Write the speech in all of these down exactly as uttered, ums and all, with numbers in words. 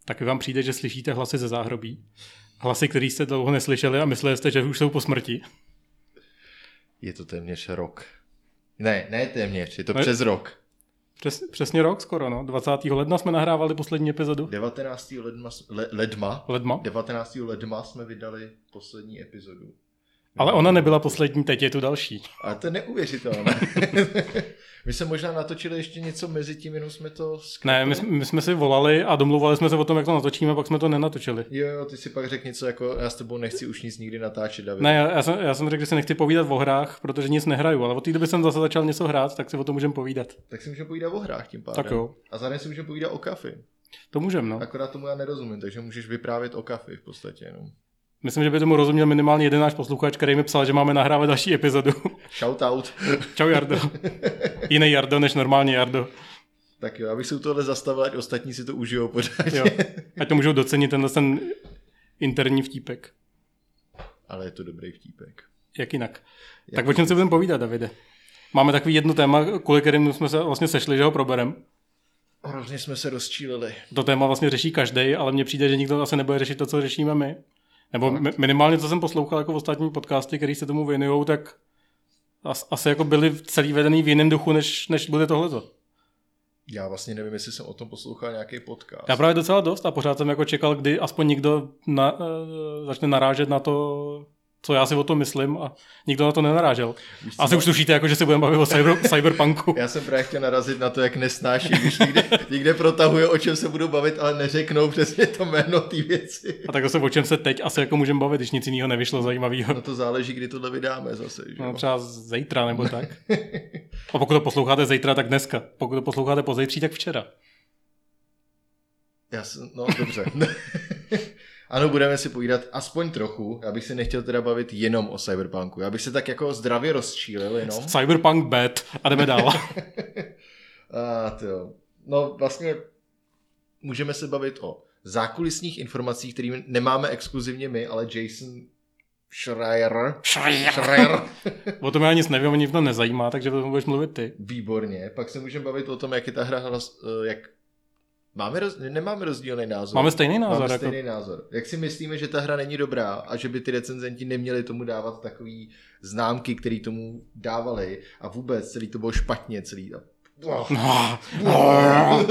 taky vám přijde, že slyšíte hlasy ze záhrobí. Hlasy, který jste dlouho neslyšeli a mysleli jste, že už jsou po smrti. Je to téměř rok. Ne, ne téměř, je to ne, přes rok. Přes, přesně rok skoro, no. dvacátého ledna jsme nahrávali poslední epizodu. devatenáctého ledna, le, ledma, ledma. devatenáctého ledna jsme vydali poslední epizodu. Ale ona nebyla poslední, teď je tu další. Ale to je neuvěřitelné. My jsme možná natočili ještě něco mezi tím, jenom jsme to zkrátili. Ne, my, my jsme si volali a domluvali jsme se o tom, jak to natočíme, pak jsme to nenatočili. Jo, jo, ty si pak řekl něco jako, já s tebou nechci už nic nikdy natáčet, David. Ne, já, já, jsem, já jsem řekl, že si nechci povídat o hrách, protože nic nehraju, ale od té doby jsem zase začal něco hrát, tak si o tom můžeme povídat. Tak si můžeme povídat o hrách tím pádem. Tak jo. A zároveň si můžeme povídat o kafi. To můžeme, no. Akorát tomu já nerozumím, takže můžeš vyprávět o kafi v podstatě jenom. Myslím, že by tomu rozuměl minimálně jeden náš posluchač, který mi psal, že máme nahrávat další epizodu. Shoutout. Čau Jardo. Jiný Jardo než normální Jardo. Tak jo, abych se u tohle zastavil, ať ostatní si to užijou pořádně. Jo. Ať to můžou docenit tenhle ten interní vtípek. Ale je to dobrý vtípek. Jak jinak. Jak tak o čem se budeme povídat, Davide? Máme takový jedno téma, kvůli kterým jsme se vlastně sešli, že ho proberem. Hrozně jsme se rozčílili. To téma vlastně řeší každej, ale mně přijde, že nikdo asi nebude řešit to, co řešíme my. Nebo minimálně, co jsem poslouchal jako ostatní podcasty, který se tomu věnujou, tak asi jako byli celý vedený v jiném duchu, než, než bude tohleto. Já vlastně nevím, jestli jsem o tom poslouchal nějaký podcast. Já právě docela dost a pořád jsem jako čekal, kdy aspoň někdo na, uh, začne narážet na to, co já si o tom myslím, a nikdo na to nenarážel. Víš, asi už tušíte, jako, že se budeme bavit o cyber, cyberpunku. Já jsem právě chtěl narazit na to, jak nesnáší, když někde, někde protahuje, o čem se budu bavit, ale neřeknou přesně to jméno té věci. A tak zase o čem se teď asi jako můžeme bavit, když nic jiného nevyšlo zajímavého. No to záleží, kdy tohle vydáme zase. Že? No třeba zítra nebo tak. A pokud to posloucháte zítra, tak dneska. Pokud to posloucháte pozítří, tak včera. Já jsem, no dobře. Ano, budeme si povídat aspoň trochu. Já bych se nechtěl teda bavit jenom o Cyberpunku. Já bych se tak jako zdravě rozčílil jenom. Cyberpunk bad. A jdeme dál. A to. No vlastně můžeme se bavit o zákulisních informacích, které nemáme exkluzivně my, ale Jason Schreier. Schreier. Schreier. O tom já nic nevím, mě to nezajímá, takže o tom budeš mluvit ty. Výborně. Pak se můžeme bavit o tom, jak je ta hra, jak Máme roz... Nemáme rozdílný názor. Máme stejný názor. Máme jako... stejný názor. Jak si myslíme, že ta hra není dobrá a že by ty recenzenti neměli tomu dávat takový známky, který tomu dávali a vůbec celý to bylo špatně, celý oh. no. No.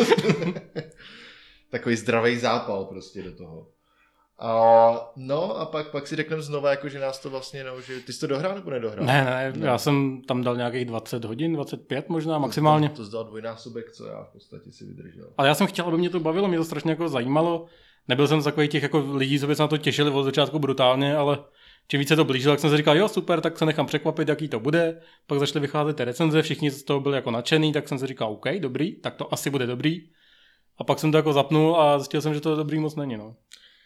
Takový zdravý zápal prostě do toho. A, no a pak, pak si řekneme znova, jako, že nás to vlastně, no, že ty jsi to dohrál nebo nedohrál? Ne, ne, ne, já jsem tam dal nějakých dvacet hodin, dvacet pět možná maximálně. To, to zdal dvojnásobek, co já v podstatě si vydržel. Ale já jsem chtěl, aby mě to bavilo, mě to strašně jako zajímalo. Nebyl jsem z takových těch jako lidí, co by se na to těšili od začátku brutálně, ale čím více to blížilo, tak jsem si říkal, jo super, tak se nechám překvapit, jaký to bude. Pak začaly vycházet ty recenze, všichni z toho byli jako nadšený, tak jsem si říkal, OK, dobrý, tak to asi bude dobrý. A pak jsem to jako zapnul a zjistil jsem, že to dobrý moc není, no.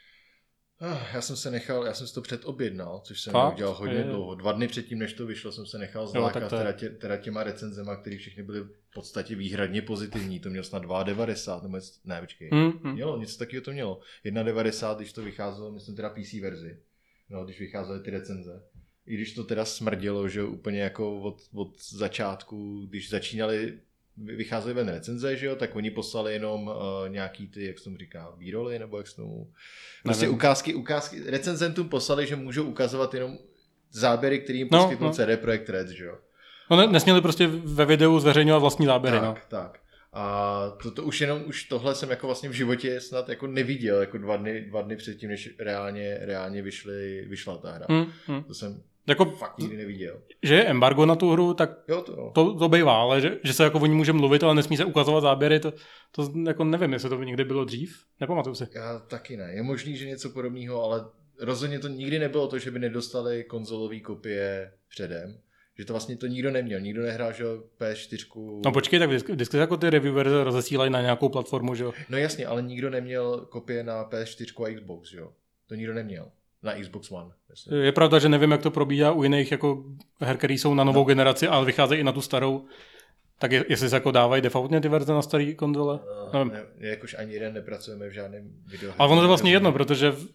Já jsem se nechal, já jsem si to předobjednal, což jsem Fakt? udělal hodně je. dlouho. Dva dny předtím, než to vyšlo, jsem se nechal zlákat teda, tě, teda těma recenzema, které všechny byly v podstatě výhradně pozitivní. To mělo snad dva devadesát, nebo ne, počkej. Hmm, hmm. Mělo, něco takového to mělo. jedna devadesát, když to vycházelo, myslím teda P C verzi, no, když vycházely ty recenze. I když to teda smrdilo, že úplně jako od, od začátku, když začínali vycházely ven recenze, že jo, tak oni poslali jenom uh, nějaký ty, jak se tomu říká, b-roly, nebo jak se tomu... Prostě ukázky, ukázky, recenzentům poslali, že můžou ukazovat jenom záběry, který jim poskytnul no, no. C D Projekt Red, že jo. No ne, nesměli prostě ve videu zveřejňovat vlastní záběry, tak, no. Tak, a to, to už jenom, už tohle jsem jako vlastně v životě snad jako neviděl, jako dva dny, dva dny předtím, než reálně, reálně vyšly, vyšla ta hra. Hmm, hmm. To jsem jako, fakt nikdy neviděl. Že je embargo na tu hru, tak jo, to, jo. to, to bývá, ale že, že se jako o ní může mluvit, ale nesmí se ukazovat záběry, to, to jako nevím, jestli to někdy bylo dřív, nepamatuju si. Já taky ne, je možný, že něco podobného, ale rozhodně to nikdy nebylo to, že by nedostali konzolové kopie předem, že to vlastně to nikdo neměl, nikdo nehrál, že P S čtyři. No počkej, tak vždycky, vždycky jako ty reviewery rozesílají na nějakou platformu, že jo? No jasně, ale nikdo neměl kopie na P S čtyři a Xbox, že jo? To nikdo neměl. Na Xbox One. Myslím. Je pravda, že nevím, jak to probíhá u jiných jako her, které jsou na novou no. generaci, ale vycházejí i na tu starou. Tak je, jestli se jako dávají defaultně ty verze na staré konzole? No, ne, jakož ani jeden nepracujeme v žádném videu. Ale ono to vlastně jedno, protože uh,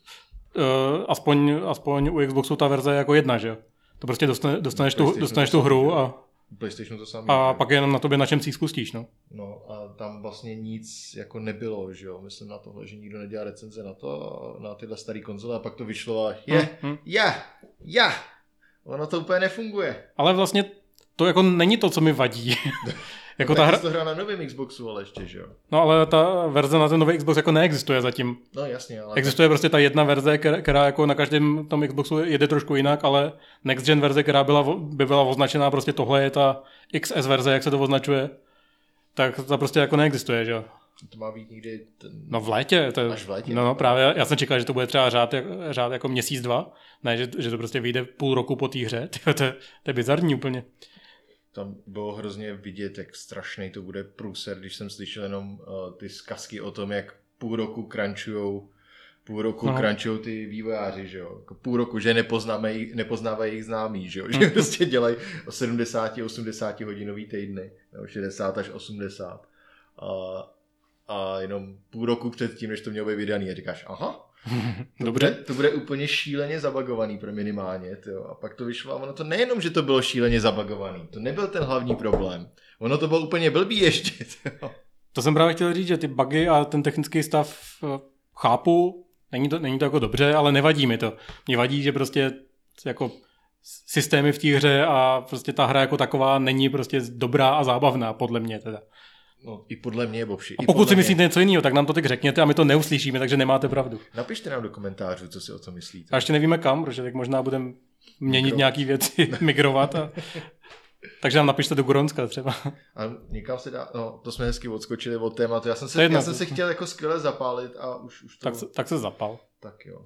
aspoň, aspoň u Xboxu ta verze je jako jedna, že jo? To prostě dostane, dostaneš, tu, dostaneš tu hru a... U PlayStationu to samé. A pak jenom na tobě, na čem si spustíš, no. No a tam vlastně nic jako nebylo, že jo. Myslím na tohle, že nikdo nedělá recenze na to, na tyhle staré konzole a pak to vyšlo a je, hmm. je, je. Ono to úplně nefunguje. Ale vlastně to jako není to, co mi vadí. Jako no, ta hra... hra... to hra na novém Xboxu, ale ještě, že jo. No ale ta verze na ten nový Xbox jako neexistuje zatím. No jasně, ale... Existuje tak... prostě ta jedna verze, která jako na každém tom Xboxu jede trošku jinak, ale next gen verze, která byla, by byla označená, prostě tohle je ta X S verze, jak se to označuje, tak ta prostě jako neexistuje, že jo. To má být někdy... Ten... No v létě. To... Až v létě. No, no právě, já jsem čekal, že to bude třeba řád, řád jako měsíc, dva, ne, že, že to prostě vyjde půl roku po té hře, to, to, to je bizarní úplně. Tam bylo hrozně vidět, jak strašný to bude průser, když jsem slyšel jenom uh, ty zkazky o tom, jak půl roku crunchujou, půl roku no. crunchujou ty vývojáři, že jo. Jako půl roku, že nepoznávají, nepoznávají jejich známí, že jo. Že prostě dělají sedmdesát osmdesát hodinový týdny, nebo šedesát až osmdesát. A, a jenom půl roku před tím, než to mělo být vydaný, a říkáš, aha, to dobře. Bude, to bude úplně šíleně zabagovaný pro minimálně, tyjo. A pak to vyšlo a ono to nejenom, že to bylo šíleně zabagovaný, to nebyl ten hlavní problém, ono to bylo úplně blbý ještě, tyjo. To jsem právě chtěl říct, že ty bugy a ten technický stav chápu, není to, není to jako dobře, ale nevadí mi to. Mě vadí, že prostě jako systémy v té hře a prostě ta hra jako taková není prostě dobrá a zábavná, podle mě teda. No, i podle mě, Bobši. A pokud si mě... myslíte něco jiného, tak nám to teď řekněte a my to neuslyšíme, takže nemáte pravdu. Napište nám do komentářů, co si o tom myslíte. A ještě nevíme kam, protože tak možná budeme měnit Mikro. nějaký věci, migrovat. A... takže nám napište do Goronska třeba. A někam se dá, no to jsme hezky odskočili od tématu. Já jsem se, já jsem se chtěl jako skvěle zapálit a už, už to... Tak, tak se zapal. Tak jo.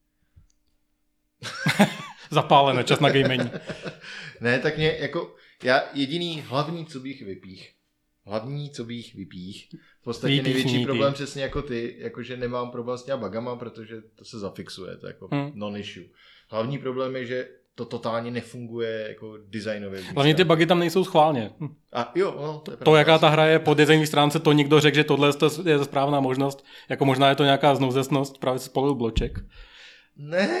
Zapálené, čas na gamení. Ne, tak mě jako, já jediný hlavní, co bych vypích, hlavní, co bych vypích, v podstatě Výpíchní největší problém ty. Přesně jako ty, jakože nemám problém s těma bugama, protože to se zafixuje, to je jako hmm. non-issue. Hlavní problém je, že to totálně nefunguje jako designově. Hlavně ty bugy tam nejsou schválně. Hm. A jo, no, to je To, jaká ta hra je po designové stránce, to někdo řekl, že tohle je správná možnost, jako možná je to nějaká znouzesnost, právě se spolil bloček. Ne.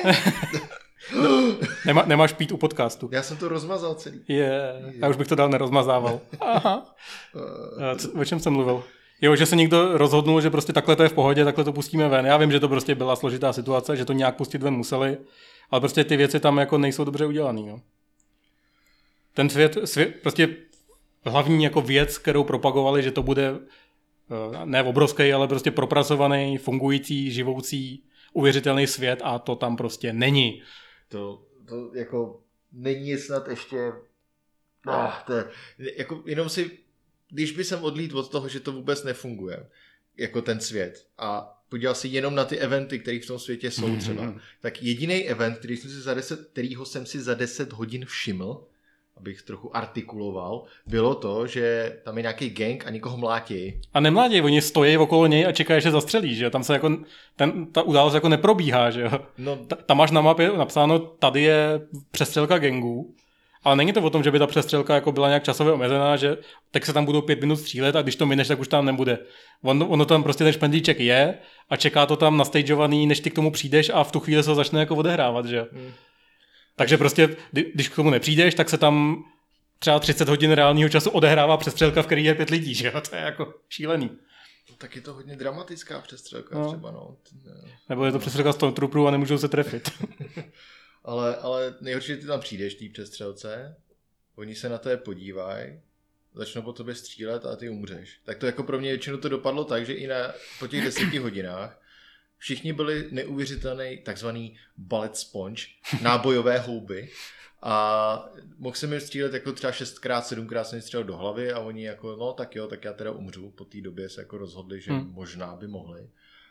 Nemá, nemáš pít u podcastu. Já jsem to rozmazal celý. Je, yeah. Já už bych to dál nerozmazával. Aha. Co, o čem jsem mluvil? Jo, že se někdo rozhodnul, že prostě takhle to je v pohodě, takhle to pustíme ven. Já vím, že to prostě byla složitá situace, že to nějak pustit ven museli, ale prostě ty věci tam jako nejsou dobře udělaný. Jo. Ten svět, svět, prostě hlavní jako věc, kterou propagovali, že to bude ne obrovský, ale prostě propracovaný, fungující, živoucí, uvěřitelný svět a to tam prostě není. To, to jako není snad ještě ah, to je, jako jenom si, když by jsem odlítl od toho, že to vůbec nefunguje, jako ten svět a podíval si jenom na ty eventy, které v tom světě jsou třeba, mm-hmm. tak jediný event, který jsem si za deset, kterýho jsem si za deset hodin všiml, abych trochu artikuloval, bylo to, že tam je nějaký gang a někoho mlátí. A nemlátí, oni stojí okolo něj a čekají, že zastřelí, že jo? Tam se jako, ten, ta událost jako neprobíhá, že jo? No. Ta, tam máš na mapě napsáno, tady je přestřelka gangů, ale není to o tom, že by ta přestřelka jako byla nějak časově omezená, že tak se tam budou pět minut střílet a když to mineš, tak už tam nebude. On, ono tam prostě ten špendlíček je a čeká to tam nastageovaný, než ty k tomu přijdeš a v tu chvíli se ho začne jako odehrávat, že jo? Hmm. Takže prostě, když k tomu nepřijdeš, tak se tam třeba třicet hodin reálního času odehrává přestřelka, v který je pět lidí, že jo? To je jako šílený. No, tak je to hodně dramatická přestřelka no. třeba, no. Nebo je to přestřelka Stormtrooperů a nemůžou se trefit. ale, ale nejhorší, že ty tam přijdeš té přestřelce, oni se na tebe podívají, začnou po tobě střílet a ty umřeš. Tak to jako pro mě většinou to dopadlo tak, že i na, po těch deseti hodinách všichni byli neuvěřitelný takzvaný bullet sponge, nábojové houby a mohl jsem je střílet jako třeba šestkrát, sedmkrát jsem je střílel do hlavy a oni jako, no tak jo, tak já teda umřu. Po té době se jako rozhodli, že hmm. možná by mohli.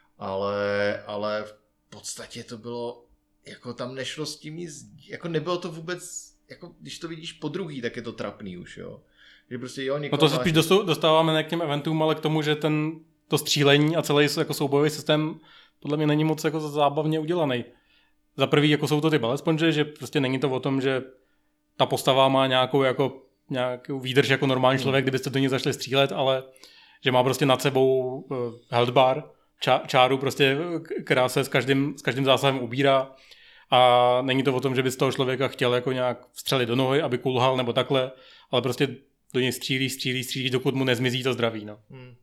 Ale, ale v podstatě to bylo, jako tam nešlo s tím nic, jako nebylo to vůbec, jako když to vidíš po druhý, tak je to trapný už, jo. Že prostě jo, no to se spíš dostáváme ne k těm eventům, ale k tomu, že ten, to střílení a celý jako soubojový systém podle mě není moc jako zábavně udělaný. Za prvý jako jsou to ty bullet sponge, že prostě není to o tom, že ta postava má nějakou jako nějakou výdrž jako normální člověk, kdybyste do ní zašli střílet, ale že má prostě nad sebou uh, health bar, ča- čáru prostě, která se s každým, s každým zásahem ubírá a není to o tom, že by z toho člověka chtěl jako nějak vstřelit do nohy, aby kulhal nebo takhle, ale prostě do něj střílí, střílí, střílí, dokud mu nezmizí to zdraví. No. Hmm.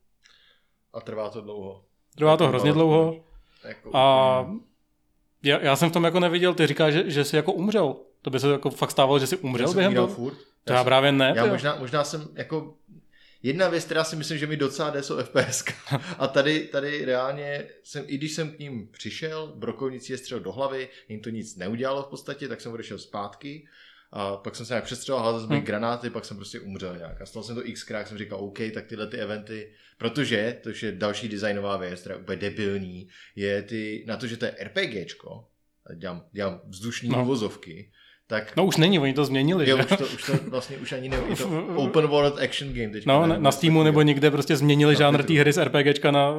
A trvá to dlouho. Trvá to hrozně dlouho. Jako, a hmm. já, já jsem v tom jako neviděl, ty říkáš, že, že jsi jako umřel. To by se jako fakt stávalo, že jsi umřel během toho? Furt. To já, já právě ne. Já možná, možná jsem jako... Jedna věc, která si myslím, že mi docela jde, jsou F P S. A tady, tady reálně, jsem, i když jsem k ním přišel, brokovnici je střel do hlavy, jim to nic neudělalo v podstatě, tak jsem odešel zpátky. A pak jsem se nějak přestřelil, házal jsem hmm. granáty, pak jsem prostě umřel nějak. A stalo jsem to xkrát, jsem říkal, OK, tak tyhle ty eventy, protože, to je další designová věc, která je úplně debilní, je ty, na to, že to je RPGčko, dělám, dělám vzdušní no. uvozovky, tak... No už není, oni to změnili, jo, že? už to, už to vlastně už ani nevím, je to open world action game teďka. No, nevím, na Steamu nebo někde prostě změnili no, žánr té hry z RPGčka na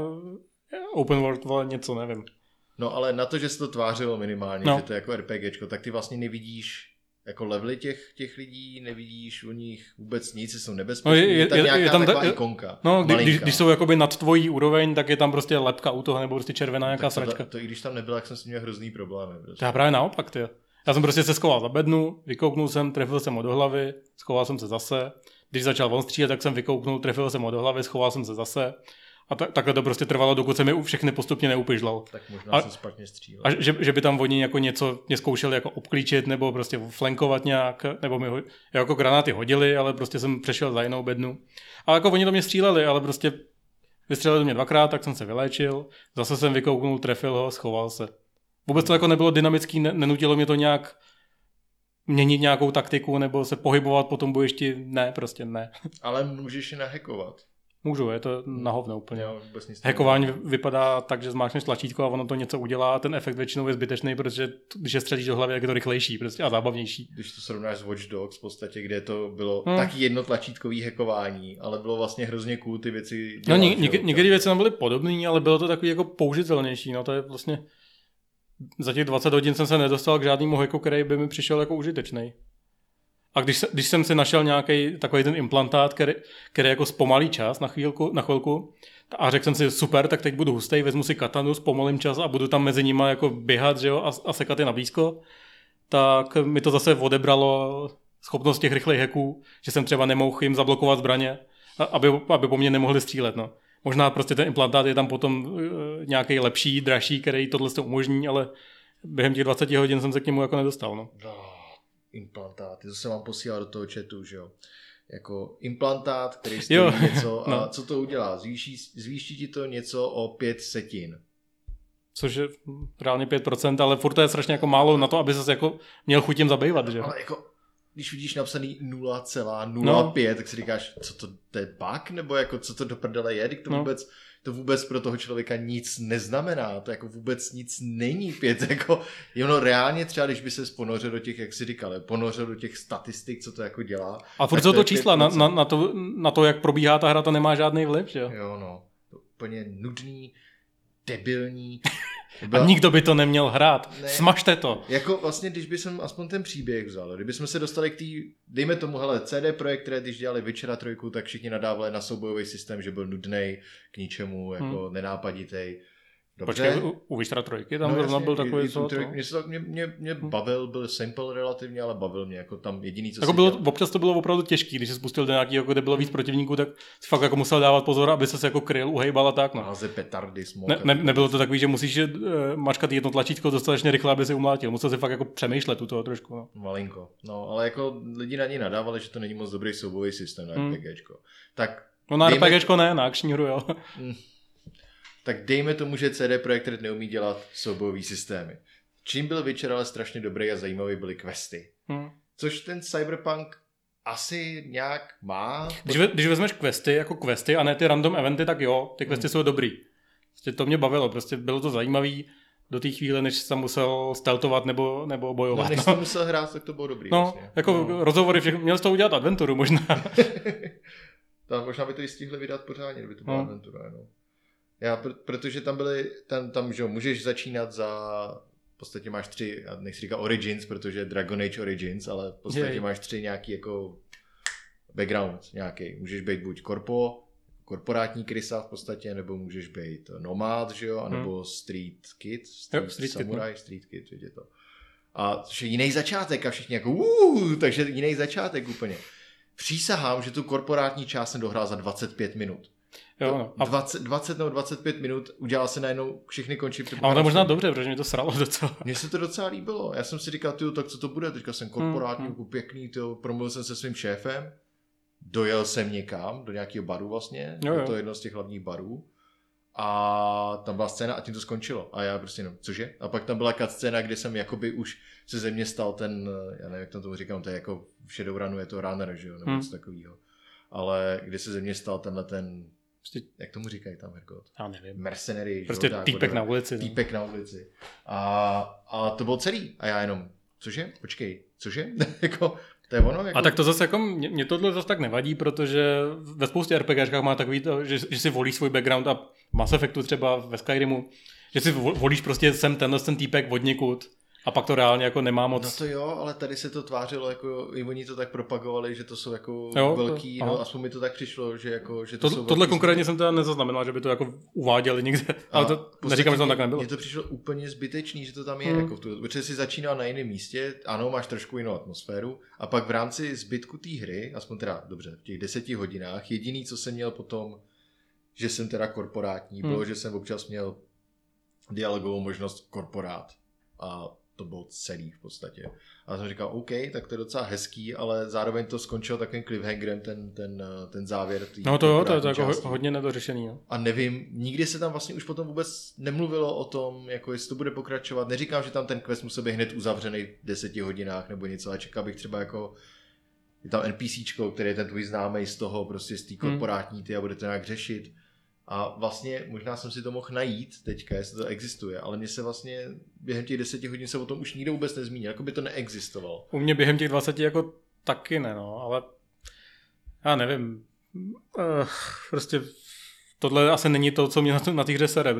open world, vole, něco, nevím. No ale na to, že se to tvářilo minimálně, no. že to je jako RPGčko, tak ty vlastně nevidíš jako levely těch, těch lidí, nevidíš o nich vůbec nic, jsou nebezpeční, no, je, je, je tam nějaká je tam taková ta, ikonka. No, kdy, když, když jsou jakoby nad tvojí úroveň, tak je tam prostě lepka u toho, nebo prostě červená nějaká tak to, sračka. To, to i když tam nebyla, tak jsem s tím měl hrozný problémy. Prostě. To je právě naopak, ty. Já jsem prostě se schoval za bednu, vykouknul jsem, trefil jsem ho do hlavy, schoval jsem se zase. Když začal on střílet, tak jsem vykouknul, trefil jsem ho do hlavy, schoval jsem se zase. A ta, takhle to prostě trvalo, dokud se mi všechny postupně neupyžlal. Tak možná a, jsem špatně střílel. A že, že by tam oni jako něco mě zkoušeli jako obklíčit nebo prostě flankovat nějak, nebo mi ho, jako granáty hodili, ale prostě jsem přešel za jinou bednu. A jako oni to mě stříleli, ale prostě vystřelili do mě dvakrát, tak jsem se vyléčil, zase jsem vykouknul, trefil ho, schoval se. Vůbec to jako nebylo dynamický, nenutilo mě to nějak měnit nějakou taktiku nebo se pohybovat po tom bojišti, ne, prostě ne. Ale můžeš je nahackovat. Můžu, je to na hovno úplně. Jo, hackování vypadá tak, že zmáčkneš tlačítko a ono to něco udělá a ten efekt většinou je zbytečný, protože když je střelíš do hlavy, jak je to rychlejší prostě a zábavnější. Když to srovnáš s Watch Dogs v podstatě, kde to bylo hmm. taky jedno tlačítkový hackování, ale bylo vlastně hrozně cool ty věci dělat. No, někdy věci tam byly podobné, ale bylo to takový jako použitelnější, no to je vlastně za těch dvacet hodin jsem se nedostal k žádnému hacku, který by mi přišel jako užitečný. A když, se, když jsem si našel nějaký takový ten implantát, který, který jako zpomalí čas na chvílku, na chvilku a řekl jsem si super, tak teď budu hustej, vezmu si katanu, zpomalím čas a budu tam mezi nima jako běhat, že jo, a, a sekat je na blízko, tak mi to zase odebralo schopnost těch rychlých hacků, že jsem třeba nemohl jim zablokovat zbraně, aby, aby po mně nemohli střílet, no. Možná prostě ten implantát je tam potom uh, nějaký lepší, dražší, který tohle to umožní, ale během těch dvacet hodin jsem se k němu jako nedostal, no. Implantáty, to se vám posílá do toho chatu, že jo. Jako implantát, který stojí jo. něco a no. co to udělá? Zvýší, zvýší ti to něco o pět setin. Což je reálně pět procent, ale furt to je strašně jako málo na to, aby ses jako měl chuť tím zabývat, že jo. Ale jako, když vidíš napsaný nula celá nula pět, no. tak si říkáš, co to, to je bug? Nebo jako, co to do prdele je? To vůbec... No. To vůbec pro toho člověka nic neznamená, to jako vůbec nic není pět, jako, ono reálně třeba, když by se ponořil do těch, jak si říkal, ponořil do těch statistik, co to jako dělá. A furt jsou to čísla, na, na, na, to, na to, jak probíhá ta hra, to nemá žádný vliv, že jo? Jo, no, to úplně nudný, debilní. Byla... A nikdo by to neměl hrát. Ne. Smažte to. Jako vlastně, když by jsem aspoň ten příběh vzal, kdyby jsme se dostali k té, dejme tomu, hele, C D Projekt, které když dělali Witchera trojku, tak všichni nadávali na soubojový systém, že byl nudnej, k ničemu, jako hmm. nenápaditej. Dobře. Počkej, u, u Witchera trojky tam no, jasně, byl takový co to? Mě, mě, mě, mě hmm. bavil, byl simple relativně, ale bavil mě, jako tam jediný, co jako si bylo, dělal. Občas to bylo opravdu těžký, když se spustil do nějakého, kde bylo víc protivníků, tak si fakt jako musel dávat pozor, aby se jako kryl, uhejbal a tak. No. Háze petardy, smok. Ne, ne, nebylo to takový, že musíš uh, mačkat jedno tlačítko dostatečně rychle, aby si umlátil. Musel si fakt jako přemýšlet u toho trošku. No. Malinko. No, ale jako lidi na ní nadávali, že to není moc dobrý soubojový systém na hmm. RPGčko. Tak no na dejme... RPGčko ne, na akční hru, jo. Hmm. Tak dejme tomu, že C D Projekt Red neumí dělat soubojový systémy. Čím byl Witcher ale strašně dobrý a zajímavý, byly questy. Hmm. Což ten Cyberpunk asi nějak má. Když, ve, když vezmeš questy jako questy a ne ty random eventy, tak jo, ty questy hmm. jsou dobrý. Prostě to mě bavilo, prostě bylo to zajímavý do té chvíle, než jsem musel steltovat nebo, nebo bojovat. No, než jsem musel hrát, tak to bylo dobrý. No, vlastně. jako no. rozhovory, všechno, měl jsi to udělat adventuru možná. Tam možná by to i stihli vydat pořádně, kdyby to byla no. adventura, no. Já, pr- protože tam byly, tam, tam že můžeš začínat za, v podstatě máš tři, já nechci říkat Origins, protože Dragon Age Origins, ale v podstatě Jej. máš tři nějaký jako background nějaký. Můžeš být buď korpo, korporátní krysa v podstatě, nebo můžeš být nomád, že jo, anebo hmm. street kid, street, jo, street samurai, kid, street kid, je to. A což je jiný začátek a všichni jako uuu, takže jiný začátek úplně. Přísahám, že tu korporátní část jsem dohrál za dvacet pět minut. Jo, no. A dvacet, dvacet nebo dvacet pět minut udělal se najednou všechny končí. A ono možná dobře, protože mi to sralo docela. Mně se to docela líbilo. Já jsem si říkal, tyjo, tak co to bude? Teďka jsem korporátní, hmm. pěkný, tyjo, promluvil jsem se svým šéfem, dojel jsem někam, do nějakého baru vlastně, jo, jo. To je jedno z těch hlavních barů. A tam byla scéna a tím to skončilo. A já prostě no, cože? A pak tam byla scéna, kde jsem jakoby už se ze mě stal ten, já nevím, jak tam tomu říkám, to je jako v Shadowrunu je to runner, že jo, nebo něco hmm. takového. Ale kde se ze mě stal tenhle ten, prostě, jak tomu říkají tam, Hergot? Já nevím. Mercenary, prostě že jo? Týpek na ulici. Týpek no. na ulici. A, a to bylo celý. A já jenom, cože? Počkej, cože? jako, to je ono. Jako... A tak to zase jako, mě, mě tohle zase tak nevadí, protože ve spoustě RPGčkách má takový to, že, že si volíš svůj background a Mass Effectu třeba ve Skyrimu, že si volíš prostě sem tenhle ten týpek od někud a pak to reálně jako nemá moc. No to jo, ale tady se to tvářilo, jako i oni to tak propagovali, že to jsou jako jo, velký, to, no aspoň mi to tak přišlo, že jako, že to, to jsou tohle konkrétně jsem teda nezaznamenal, že by to jako uváděli někde, ale to neříkám, že to tak nebylo. Mně to přišlo úplně zbytečný, že to tam je, hmm. jako v tu, protože jsi začínal na jiném místě, ano, máš trošku jinou atmosféru a pak v rámci zbytku té hry, aspoň teda, dobře, v těch deseti hodinách, jediný, co jsem měl potom, že jsem teda korporátní, hmm. bylo, že jsem občas měl dialogovou možnost korporát a to bylo celý v podstatě. A jsem říkal, OK, tak to je docela hezký, ale zároveň to skončilo takovým cliffhangerem, ten, ten, ten závěr. No to jo, to je to jako hodně nedořešený. No. A nevím, nikdy se tam vlastně už potom vůbec nemluvilo o tom, jako jestli to bude pokračovat. Neříkám, že tam ten quest musel být hned uzavřený v deseti hodinách nebo něco, ale čekal bych třeba jako je tam NPCčko, který je ten tvůj známej z toho, prostě z té korporátní ty a bude to nějak řešit. A vlastně možná jsem si to mohl najít teďka, jestli to existuje, ale mně se vlastně během těch deseti hodin se o tom už nikdo vůbec nezmínil, jako by to neexistovalo. U mě během těch dvaceti jako taky ne, no, ale já nevím, uh, prostě tohle asi není to, co mě na, na té hře sere.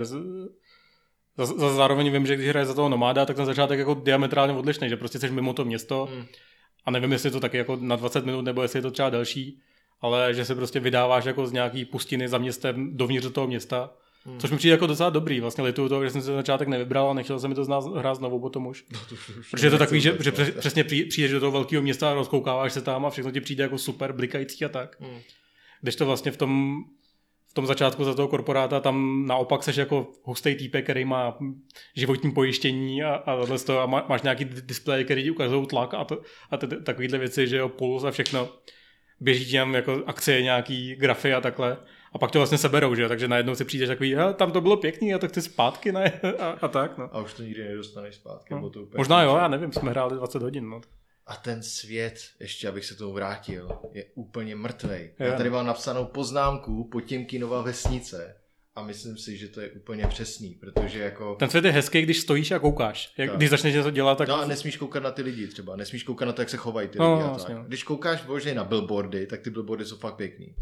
Za, za, zároveň vím, že když hraje za toho nomáda, tak na začátek jako diametrálně odlišný, že prostě jsi mimo to město hmm. a nevím, jestli je to taky jako na dvacet minut, nebo jestli je to třeba delší. Ale že se prostě vydáváš jako z nějaký pustiny za městem dovnitř do toho města, hmm. což mi přijde jako docela dobrý. Vlastně lituju toho, že jsem se na začátek nevybral a nechtěl jsem mi to znát, hrát znovu potom už. No to už protože je to takový, že, že přesně přijdeš do toho velkého města a rozkoukáváš se tam a všechno ti přijde jako super blikající a tak. Hmm. Když to vlastně v tom, v tom začátku za toho korporáta tam naopak seš jako hustý týpek, který má životní pojištění a, a tohle z toho a má, máš nějaký displej, který ti ukazují tlak a, to, a t- takovýhle věci, že jo, puls a všechno. Běží tam jako akcie, nějaký grafy a takhle. A pak to vlastně seberou, že? Takže najednou si přijdeš takový, tam to bylo pěkný a tak ty zpátky, ne? A, a tak, no. A už to nikdy nedostaneš zpátky. No. To úplně možná jo, já nevím, jsme hráli dvacet hodin, no. A ten svět, ještě abych se tomu vrátil, je úplně mrtvej. Já tady mám napsanou poznámku Potěmkinova vesnice. A myslím si, že to je úplně přesný, protože jako... Ten svět je hezký, když stojíš a koukáš. Jak, když začneš něco dělat, tak... No a nesmíš koukat na ty lidi třeba, nesmíš koukat na to, jak se chovají ty no, lidi a vlastně, tak. no. Když koukáš bože na billboardy, tak ty billboardy jsou fakt pěkný.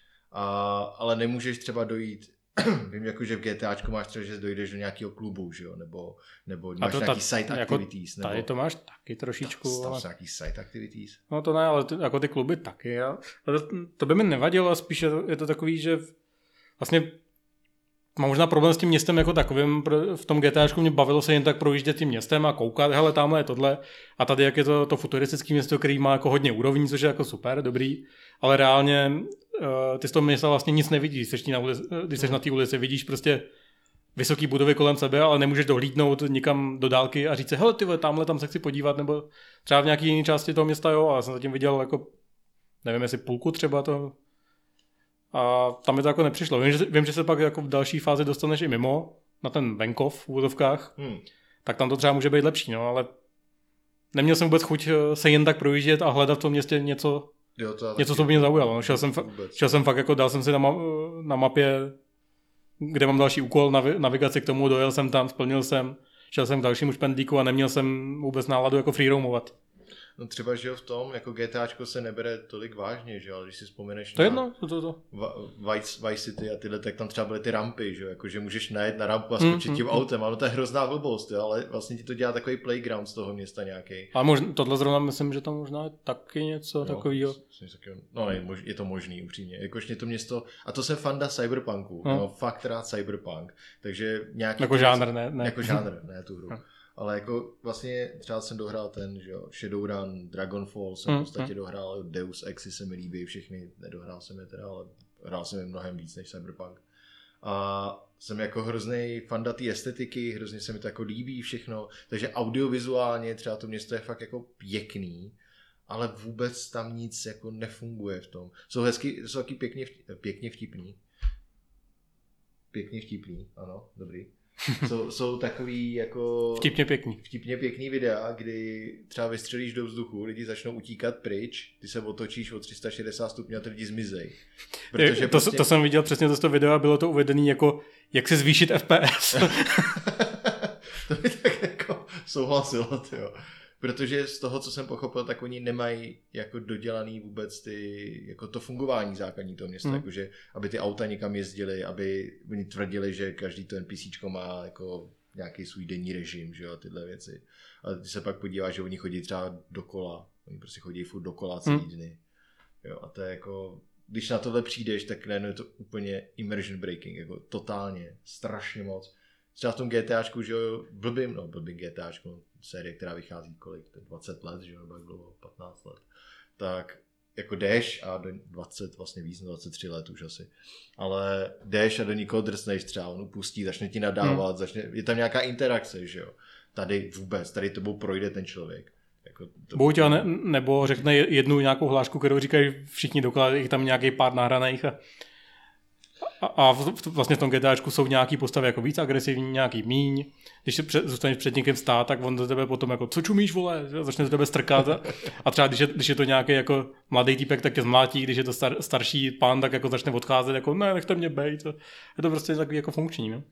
A, ale nemůžeš třeba dojít, vím jako, že v GTAčku máš třeba, že dojdeš do nějakého klubu, že jo, nebo, nebo máš to, nějaký ta, site jako, activities. Nebo... Tady to máš taky trošičku. Tam ale... jsou nějaký site activities. No to ne, ale ty, jako ty kluby taky. A... To, to by mi nevadilo, a spíš je to, je to takový, že vlastně mám možná problém s tím městem jako takovým. V tom GTAčku mě bavilo se jen tak projíždět tím městem a koukat, hele, tamhle je tohle. A tady jak je to, to futuristické město, který má jako hodně úrovní, což je jako super, dobrý. Ale reálně uh, ty z toho města vlastně nic nevidíš, když jsi na, ulici, když jsi na té ulici, vidíš prostě vysoký budovy kolem sebe, ale nemůžeš dohlídnout nikam do dálky a říct si, hele ty vole, tamhle tam se chci podívat, nebo třeba v nějaké jiné části toho města, jo, ale jsem zatím viděl jako, nevím, jestli půlku třeba to. A tam mi to jako nepřišlo. Vím, že, vím, že se pak jako v další fázi dostaneš i mimo, na ten venkov v úvodovkách, hmm. tak tam to třeba může být lepší, no, ale neměl jsem vůbec chuť se jen tak projíždět a hledat v tom městě něco, jo, to něco, co by mě zaujalo. No, šel, jsem fa- šel jsem fakt, jako dal jsem si na, ma- na mapě, kde mám další úkol, navi- navigaci k tomu, dojel jsem tam, splnil jsem, šel jsem k dalšímu špendlíku a neměl jsem vůbec náladu jako freeroamovat. No třeba, že jo, v tom, jako GTAčko se nebere tolik vážně, že jo, ale když si vzpomeneš to na jedno, to, to, to. Vice, Vice City a tyhle, tak tam třeba byly ty rampy, že jo, jako že můžeš najet na rampu a skočit mm, tím mm, autem, ale to je hrozná blbost, jo, ale vlastně ti to dělá takový playground z toho města nějaký. Ale možná, tohle zrovna myslím, že tam možná je taky něco takového. No ne, je to možný, upřímně, jakož mě to město, a to jsem fanda cyberpunku, mm. no fakt rád cyberpunk, takže nějaký... Jako žánr, ne, ne. Jako žánr, ne tu hru. Mm. Ale jako vlastně třeba jsem dohrál ten, že jo, Shadowrun, Dragonfall jsem mm, v podstatě mm. dohrál, Deus Exi se mi líbí, všechny, nedohrál jsem je teda, ale hrál jsem je mnohem víc než Cyberpunk. A jsem jako hrozný fanda té estetiky, hrozně se mi to jako líbí všechno, takže audiovizuálně třeba to město je fakt jako pěkný, ale vůbec tam nic jako nefunguje v tom. Jsou hezky, jsou taky pěkně, pěkně vtipný. Pěkně vtipný, ano, dobrý. Jsou, jsou takový jako... Vtipně pěkný. Vtipně pěkný videa, kdy třeba vystřelíš do vzduchu, lidi začnou utíkat pryč, ty se otočíš o tři sta šedesát stupňů a ty lidi zmizej. Protože to, prostě... to jsem viděl přesně z toho videa a bylo to uvedené jako, jak se zvýšit F P S. To by tak jako souhlasilo, tyjo. Protože z toho, co jsem pochopil, tak oni nemají jako dodělaný vůbec ty, jako to fungování základní toho města, mm. jakože aby ty auta někam jezdily, aby oni tvrdili, že každý to NPCčko má jako nějaký svůj denní režim, že jo, a tyhle věci. A ty se pak podíváš, že oni chodí třeba dokola, oni prostě chodí furt dokola celý mm. dny. Jo, a to je jako, když na tohle přijdeš, tak najednou je to úplně immersion breaking, jako totálně, strašně moc. Třeba v tom GTAčku, že jo, blbým, no blbým GTAčku, série, která vychází kolik, dvacet let, že jo, nebo jak dlouho, patnáct let, tak jako jdeš a do dvacet, vlastně víc, dvacet tři let už asi, ale jdeš a do nikoho drsneš třeba, on upustí, začne ti nadávat, hmm. začne, je tam nějaká interakce, že jo, tady vůbec, tady tobou projde ten člověk. Jako to... Buď ne, nebo řekne jednu nějakou hlášku, kterou říkají všichni dokola, je tam nějaký pár nahraných a A, a vlastně v tom GTAčku jsou nějaký postavy jako víc agresivní, nějaký míň. Když se před, zůstaneš před někým stát, tak on do tebe potom jako co čumíš, vole, začne do tebe strkat. A, a třeba když je, když je to nějaký jako mladý týpek, tak tě zmlátí, když je to star, starší pán, tak jako začne odcházet, jako ne, nechte mě bejt. Je to prostě takový jako funkční, ne?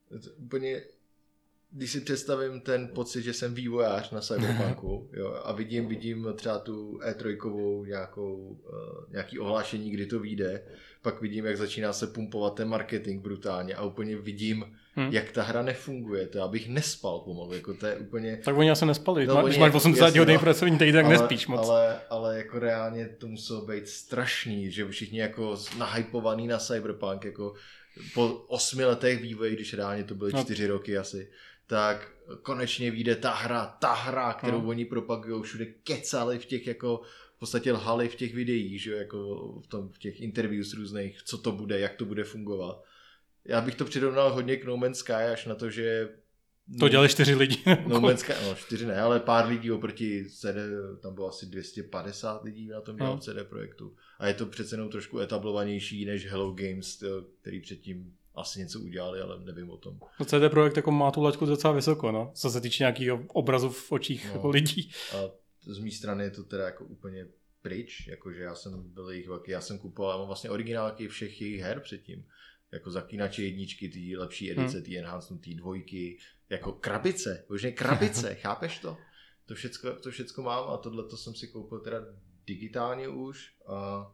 Úplně, když si představím ten pocit, že jsem vývojář na Cyberpunku, jo, a vidím, vidím třeba tu E tři nějakou, uh, nějaký ohlášení, kdy to vyjde, pak vidím, jak začíná se pumpovat ten marketing brutálně a úplně vidím, hmm. jak ta hra nefunguje, to abych nespal pomalu, jako to je úplně... Tak oni asi nespali, no, když máš osmdesát hodin pracovní týden, tak ale, nespíš moc. Ale, ale jako reálně to muselo být strašný, že všichni jako nahypovaný na Cyberpunk, jako po osmi letech vývoje, když reálně to byly čtyři no. roky asi, tak konečně vyjde ta hra, ta hra, kterou no. oni propagujou, všude kecali v těch jako, v podstatě lhali v těch videích, že jako v, tom, v těch interviews různých, co to bude, jak to bude fungovat. Já bych to přirovnal hodně k No Man's Sky, až na to, že... To dělali čtyři lidi. No Man's Sky, no čtyři ne, ale pár lidí oproti C D, tam bylo asi dvě stě padesát lidí na tom dělal no. C D projektu. A je to přece jenom trošku etablovanější než Hello Games, který předtím asi něco udělali, ale nevím o tom. No C D Projekt jako má tu laťku docela vysoko, no, co se týče nějakého obrazu v očích no, jako lidí. A z mé strany je to teda jako úplně pryč, jakože já jsem byl jejich velký, já jsem kupoval, já mám vlastně originálky všech jejich her předtím, jako Zaklínače jedničky, ty lepší edice, hmm. ty enhancement, ty dvojky, jako krabice, možná krabice, chápeš to? To všecko, to všecko mám a tohle to jsem si koupil teda digitálně už a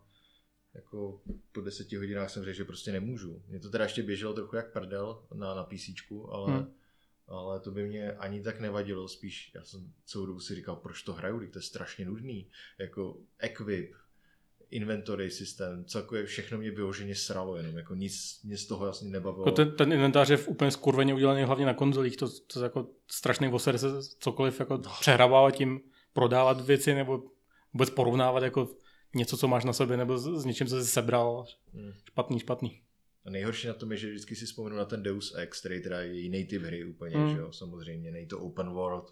jako po deseti hodinách jsem řekl, že prostě nemůžu. Mně to teda ještě běželo trochu jak prdel na, na PCčku, ale, hmm. ale to by mě ani tak nevadilo, spíš já jsem celou dobu si říkal, proč to hraju, to je strašně nudný, jako equip, inventory systém, celkově všechno mě vyloženě sralo, jenom jako nic, nic z toho jasně nebavilo. Ten, ten inventář je úplně skurveně udělaný hlavně na konzolích, to, to je jako strašný voser se cokoliv jako no. přehrávat tím, prodávat věci nebo vůbec porovnávat jako něco, co máš na sobě, nebo s, s něčím, co jsi sebral. Hmm. Špatný, špatný. A nejhorší na tom je, že vždycky si vzpomenu na ten Deus Ex, který teda je jiný typ hry úplně, hmm. že jo, samozřejmě, nej to open world,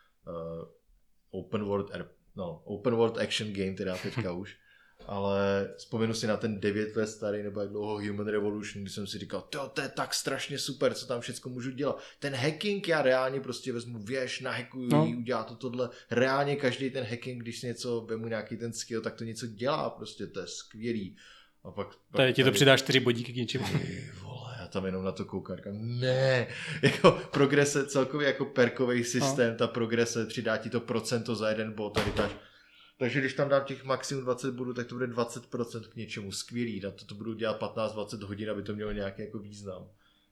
uh, open world, no, open world action game teda teďka už, ale vzpomenu si na ten devět let starý, nebo jak dlouho Human Revolution, kdy jsem si říkal, to je tak strašně super, co tam všecko můžu dělat. Ten hacking, já reálně prostě vezmu věž, nahackuju no. jí, udělá to tohle. Reálně každý ten hacking, když si něco vemu nějaký ten skill, tak to něco dělá, prostě to je skvělý. A pak, pak tady ti to přidá čtyři bodíky k něčemu. Ty vole, já tam jenom na to koukám, říkám, ne, jako progrese, celkově jako perkový systém, no. ta progrese, přidá ti to procento za jeden bod, tady taž. Takže když tam dám těch maximum dvacet bodů, tak to bude dvacet procent k něčemu skvělý. Na to, to budu dělat patnáct dvacet hodin, aby to mělo nějaký jako význam.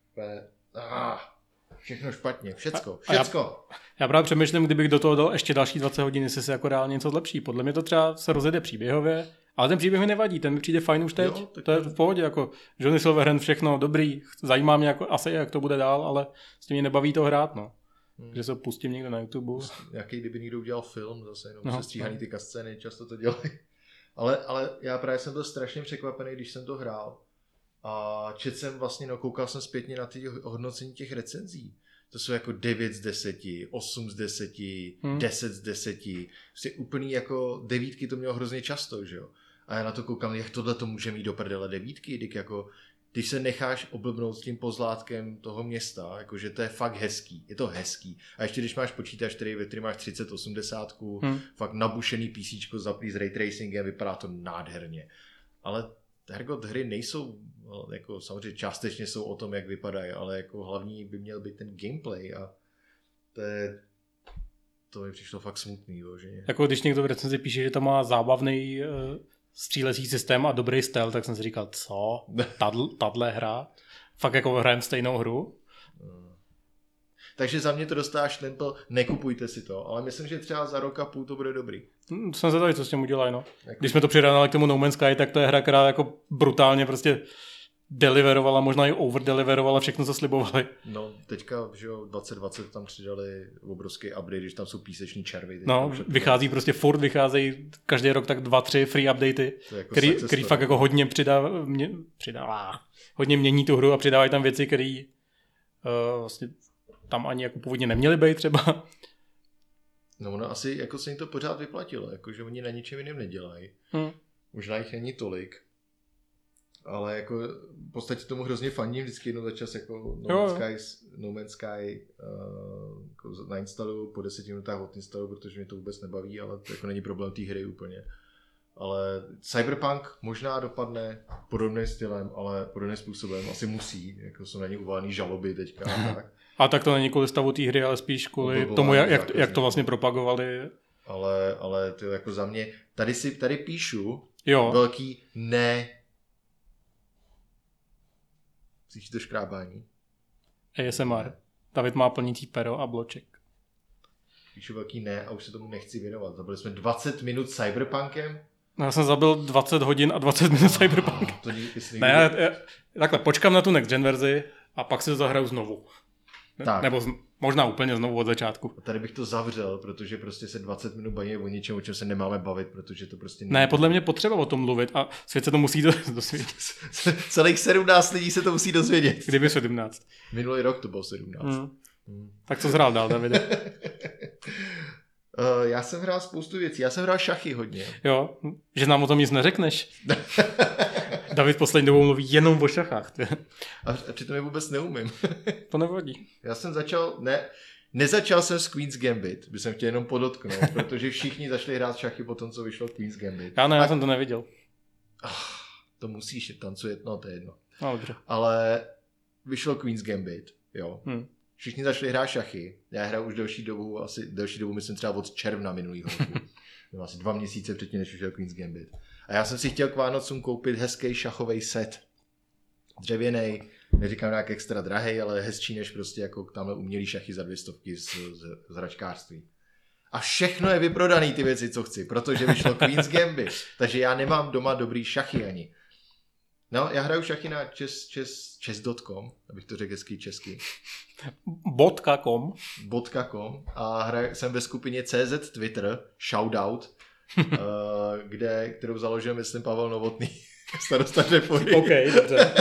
Ah, všechno špatně, všecko, všecko. Já, já právě přemýšlím, kdybych do toho dal ještě další dvacet hodin, jestli se jako reálně něco zlepší. Podle mě to třeba se rozjede příběhově, ale ten příběh mi nevadí, ten mi přijde fajn už teď. Jo, to je v pohodě, jako Johnny Silverhand, všechno dobrý, zajímá mě jako asi, jak to bude dál, ale s tím mě nebaví to hrát, no. hmm. že se pustím někde na YouTube. Nějaký, kdyby někdo udělal film, zase jenom no, sestříhaný no. ty scény, často to dělají. Ale, ale já právě jsem byl strašně překvapený, když jsem to hrál. A četl jsem vlastně, no koukal jsem zpětně na ty hodnocení těch recenzí. To jsou jako devět z deseti, osm z deseti, hmm. deset z deseti. Prostě úplný jako devítky to mělo hrozně často, že jo. A já na to koukám, jak tohle to může mít do prdele devítky, když jako když se necháš oblbnout s tím pozlátkem toho města, jakože to je fakt hezký, je to hezký. A ještě když máš počítač, který, ve který máš třicet osmdesát, hmm. fakt nabušený PCčko zaplý s ray tracingem, vypadá to nádherně. Ale hergot hry nejsou, jako samozřejmě částečně jsou o tom, jak vypadají, ale jako hlavní by měl být ten gameplay a to je, to mi přišlo fakt smutný, že? Jako když někdo v recenzi píše, že to má zábavný uh, střílecí systém a dobrý styl, tak jsem si říkal, co? Tadl, tadle hra? Fakt jako hrajem stejnou hru? Hmm. Takže za mě to dostáš štempel, nekupujte si to, ale myslím, že třeba za rok a půl to bude dobrý. Hmm, jsem zvědavý, co s tím udělají, no. Jako... Když jsme to přirovnali k tomu No Man's Sky, tak to je hra, která jako brutálně prostě deliverovala, možná i overdeliverovala všechno, co slibovali. No, teďka, že jo, dvacet dvacet tam přidali obrovský update, když tam jsou píseční červy. No, vychází prostě furt, vycházejí každý rok tak dva, tři free updaty, jako který, který fakt jako hodně přidává, mě, přidává, hodně mění tu hru a přidávají tam věci, které uh, vlastně tam ani jako původně neměly být třeba. No, no asi jako se jim to pořád vyplatilo, jakože oni na ničem jiném nedělají. Hmm. Možná jich není tolik. Ale jako v podstatě tomu hrozně fandím vždycky jednou za čas jako No Man's Sky, no Man's Sky uh, jako nainstaluju, po deseti minutách odinstaluju, protože mě to vůbec nebaví, ale to jako není problém té hry úplně. Ale Cyberpunk možná dopadne podobným stylem, ale podobným způsobem asi musí, jako jsou na ně uválený žaloby teďka a tak. A tak to není kvůli stavu té hry, ale spíš kvůli tomu, jak, jak, jak to vlastně propagovali. Ale, ale to jako za mě, tady si tady píšu jo. velký ne. Cítíš to škrábání? A S M R. David má plnící pero a bloček. Píšu velký ne a už se tomu nechci věnovat. Zabili jsme dvacet minut Cyberpunkem. No, já jsem zabil dvacet hodin a dvacet minut Cyberpunkem. To nikdy... Ne, já, já, takhle, počkám na tu next gen verzi a pak si to zahraju znovu. Tak. Nebo z, možná úplně znovu od začátku. A tady bych to zavřel, protože prostě se dvacet minut baví o něčem, o čem se nemáme bavit, protože to prostě... Ne, podle mě potřeba o tom mluvit a svět se to musí dozvědět. Celých sedmnáct lidí se to musí dozvědět. Kdyby sedmnáct. Minulý rok to bylo sedmnáct. Hmm. Hmm. Tak co jsi hrál dál, Davide? uh, já jsem hrál spoustu věcí. Já jsem hrál šachy hodně. Jo, že nám o tom nic neřekneš. David poslední dobou mluví jenom o šachách. A přitom je vůbec neumím. To nevadí. Já jsem začal, ne, nezačal jsem s Queen's Gambit, by jsem chtěl jenom podotknout, protože všichni začali hrát šachy po tom, co vyšlo Queen's Gambit. Já ne, já jsem to neviděl. Ah, to musíš tancovat, no to je jedno. No, dobře. Ale vyšlo Queen's Gambit, jo. Hmm. Všichni začali hrát šachy. Já hraju už delší dobu, asi delší dobu, myslím třeba od června minulýho roku. Asi dva měsíce předtím, než vyšel Queen's Gambit. A já jsem si chtěl k Vánocům koupit hezký šachový set. Dřevěnej, neříkám nějak extra drahej, ale hezčí než prostě jako tamhle umělý šachy za dvě stovky z, z, z hračkářství. A všechno je vyprodaný ty věci, co chci, protože vyšlo Queen's Gambit. Takže já nemám doma dobrý šachy ani. No, já hraju šachy na chess, chess, chess tečka com, abych to řekl hezky česky. Botka com. Botka com a hraju, jsem ve skupině C Z Twitter, shoutout, uh, kde, kterou založil, myslím, Pavel Novotný, starosta Řepory. OK, dobře.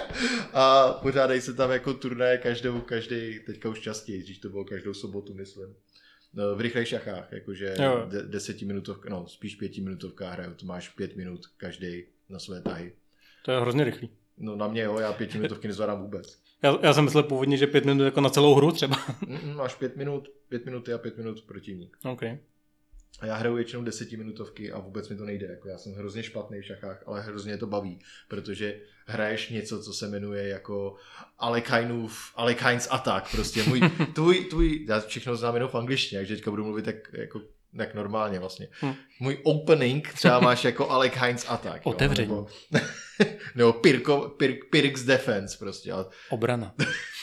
A pořádají se tam jako turnaje každou, každý, teďka už častěji, když to bylo každou sobotu, myslím. No, v rychlejch šachách, jakože de, desetiminutovka, no spíš pětiminutovka hraju, to máš pět minut každý na své tahy. To je hrozně rychlý. No na mě jo, já pětiminutovky nezvládám vůbec. Já, já jsem myslel původně, že pět minut jako na celou hru třeba. Máš pět minut, pět minuty a pět minut protivník. OK. A já hraju většinou desetiminutovky a vůbec mi to nejde. Jako já jsem hrozně špatný v šachách, ale hrozně to baví, protože hraješ něco, co se jmenuje jako Alekheinův, Alekhein's Attack. Prostě můj, tvůj, tvůj, já všechno znám jenom v angličtině, takže teďka budu mluvit tak jako tak normálně vlastně. Hmm. Můj opening třeba máš jako Alekhein's Attack. Otevření. Jo, nebo nebo Pirko, Pir, Pirk's Defense prostě. Obrana.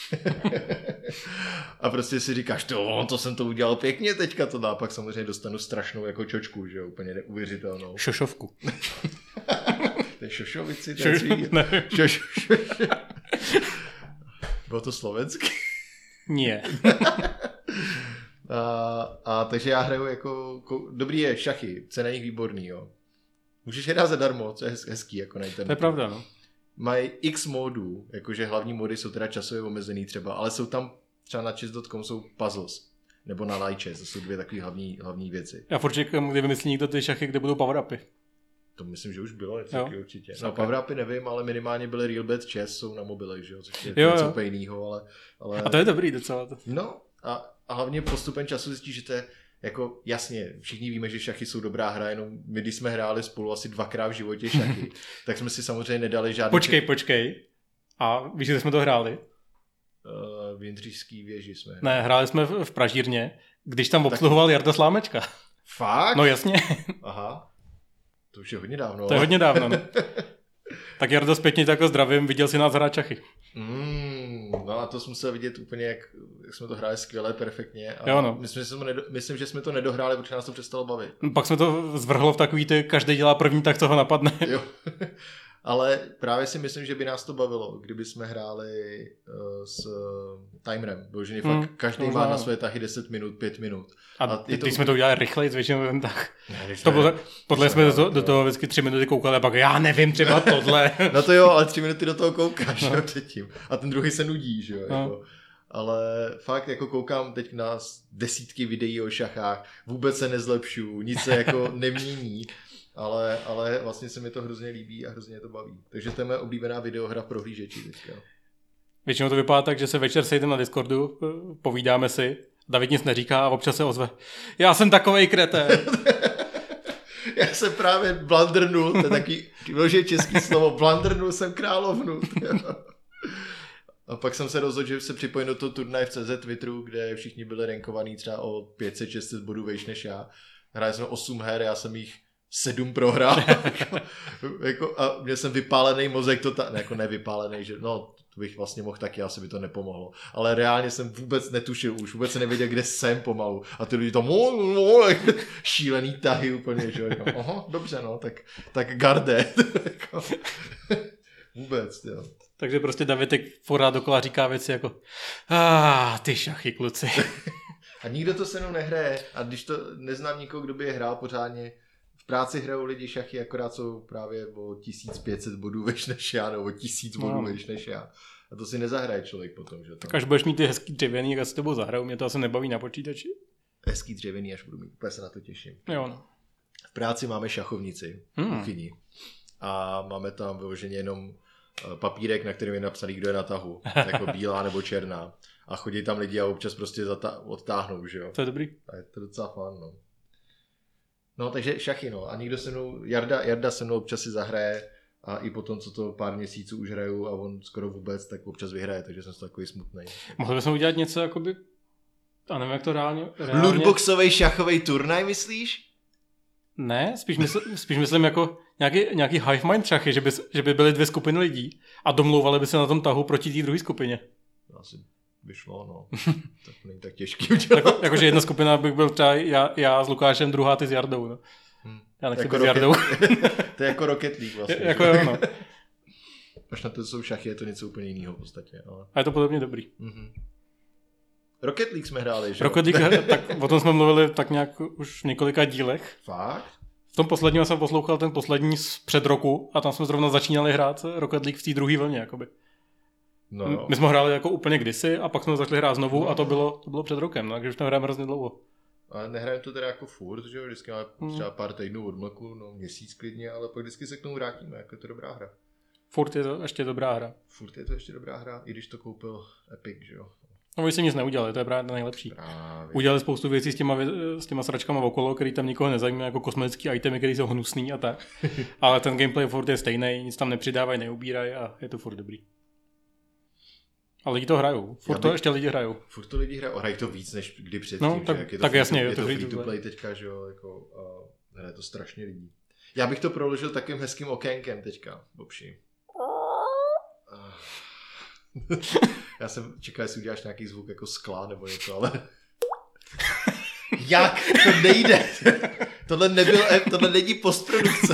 A prostě si říkáš, to, to jsem to udělal pěkně teďka to dá, pak samozřejmě dostanu strašnou jako čočku, že jo, úplně neuvěřitelnou. Šošovku. To je šošovici, to je svý. Šoš, šoš. Bylo to slovenský? Nie. A, a takže já hraju jako, dobrý je šachy, cena nich výborný, jo. Můžeš hrát zadarmo, co je hezký jako na internetu. To je pravda, no. Mají x modů, jakože hlavní mody jsou teda časově omezený třeba, ale jsou tam třeba na chess tečka com jsou puzzles, nebo na Lichess, to jsou dvě takové hlavní, hlavní věci. Já furt čekám, kdy vymyslí někdo ty šachy, kde budou power-upy. To myslím, že už bylo něco taky určitě. No power-upy nevím, ale minimálně byly Real Bad Chess, jsou na mobilech, že jo, což je jo, něco jinýho, ale, ale... A to je dobrý docela. To. No a, a hlavně postupem času zjistíš, že to je jako jasně, všichni víme, že šachy jsou dobrá hra, jenom my, když jsme hráli spolu asi dvakrát v životě šachy, tak jsme si samozřejmě nedali žádný... Počkej, počkej. A víš, že jsme to hráli? Uh, v Jindřišský věži jsme. Ne, hráli jsme v, v Pražírně, když tam obsluhoval tak... Jarda Slámečka. Fakt? No jasně. Aha. To už je hodně dávno. To je hodně dávno, no. Tak Jardo, zpětně tak zdravím, viděl si nás hrát šachy. Mm, no a to jsme musel vidět úplně, jak, jak jsme to hráli skvěle, perfektně. A jo, no. myslím, že jsme nedo, myslím, že jsme to nedohráli, protože nás to přestalo bavit. Pak jsme to zvrhlo v takový ty, každý dělá první, tak co ho napadne. Jo. Ale právě si myslím, že by nás to bavilo, kdyby jsme hráli uh, s uh, timerem. Bože, hmm, fakt každý má na své tahy deset minut, pět minut. A, a ty, to... když jsme to udělali rychleji, většinou ten tak. Ne, to bylo, podle jsme do, do toho vždycky tři minuty koukali a pak já nevím, třeba tohle. No to jo, ale tři minuty do toho koukáš, no. Jo, předtím. A ten druhý se nudí, že jo. No. Jako. Ale fakt jako koukám teď na desítky videí o šachách, vůbec se nezlepšuju, nic se jako nemění. Ale, ale vlastně se mi to hrozně líbí a hrozně to baví. Takže to je moje oblíbená videohra v prohlížeči teďka. Většinou to vypadá tak, že se večer sejdeme na Discordu, povídáme si, David nic neříká a občas se ozve. Já jsem takovej kretén. Já jsem právě blandrnul, to je taky vložit český slovo, blandrnul jsem královnu. A pak jsem se rozhodl, že se připojím do toho turnaje v C Z Twitteru, kde všichni byli rankovaní třeba o pět set šest set bodů vejš než já. Hráli jsme osm her, já jsem jich sedm prohrál. jako, a měl jsem vypálený mozek, to ta, ne, jako nevypálený, že no, to bych vlastně mohl taky, asi by to nepomohlo. Ale reálně jsem vůbec netušil už, vůbec se nevěděl, kde jsem pomalu. A ty lidi tam šílený tahy úplně, že říkám, aha, dobře, no, tak, tak garde. Vůbec, jo. Takže prostě Davidek pořád dokola říká věci jako ah, ty šachy, kluci. A nikdo to se mnou nehraje. A když to neznám nikoho, kdo by je hrál pořádně, v práci hrajou lidi šachy, akorát jsou právě o tisíc pět set bodů vejš než já, nebo o tisíc bodů no. vejš než já. A to si nezahraje člověk potom, že? Tak až budeš mít ty hezký dřevěný, jak s tebou zahraju, mě to asi nebaví na počítači. Hezký dřevěný, až budu mít, úplně se na to těším. Jo, no. V práci máme šachovnici, hmm. kuchyni. A máme tam vyloženě jenom papírek, na kterém je napsaný, kdo je na tahu. Jako bílá nebo černá. A chodí tam lidi a občas prostě zata- odtáhnou, že jo. To je dobrý. A je to docela fun, no. No, takže šachy, no. A nikdo se mnou, Jarda, Jarda se mnou občas si zahraje a i potom, co to pár měsíců už hraju a on skoro vůbec, tak občas vyhraje, takže jsem takový smutnej. Mohli bychom udělat něco, jakoby, a nevím, jak to reálně... reálně... Lootboxovej šachovej turnaj, myslíš? Ne, spíš, mysl, spíš myslím jako nějaký, nějaký hive mind šachy, že by, že by byly dvě skupiny lidí a domlouvali by se na tom tahu proti té druhé skupině. Asi vyšlo, no. Tak není tak těžký udělat. Jako, jakože jedna skupina bych byl třeba já, já s Lukášem, druhá ty s Jardou. No. Hmm. Já nechci jako být s Jardou. To je jako Rocket League vlastně. Jako jo, no. Až na to jsou šachy, je to něco úplně jiného v podstatě. Ale... A je to podobně dobrý. Mm-hmm. Rocket League jsme hráli, že? Rocket League, tak o tom jsme mluvili tak nějak už v několika dílech. Fakt? V tom posledním jsem poslouchal ten poslední z před roku a tam jsme zrovna začínali hrát Rocket League v té druhé vlně, jakoby. No, my jsme ho hráli jako úplně kdysi a pak jsme začali hrát znovu no, a to bylo, to bylo před rokem, no, takže už tam hrajeme hrozně dlouho. Ale nehrajeme to teda jako furt, že jo, vždycky máme hmm. třeba pár týdnů odmlku, no měsíc klidně, ale pak vždycky se k tomu vrátíme, jako je to dobrá hra. Furt je to ještě dobrá hra. Furt je to ještě dobrá hra, i když to koupil Epic, že jo. No oni si nic neudělali, to je právě nejlepší. Právě. Udělali spoustu věcí s těma, s těma sračkama okolo, který tam nikoho nezajímají, jako kosmetický itemy, které jsou hnusný a tak. Ale ten gameplay furt je stejný, nic tam nepřidávají, neubírají a je to furt dobrý. A lidi to hrajou. Furt bych, to ještě lidi hrajou. Furt to lidi hrajou. Hrají to víc než kdy předtím. No, tak, je to tak free, jasně. Je to, to free free to play teďka, že jo. Jako, a hraje to strašně lidí. Já bych to proložil takovým hezkým okénkem teďka. Bobši. Já jsem čekal, jestli uděláš nějaký zvuk jako skla nebo něco, ale... Jak? To nejde. Tohle nebyl, tohle není postprodukce.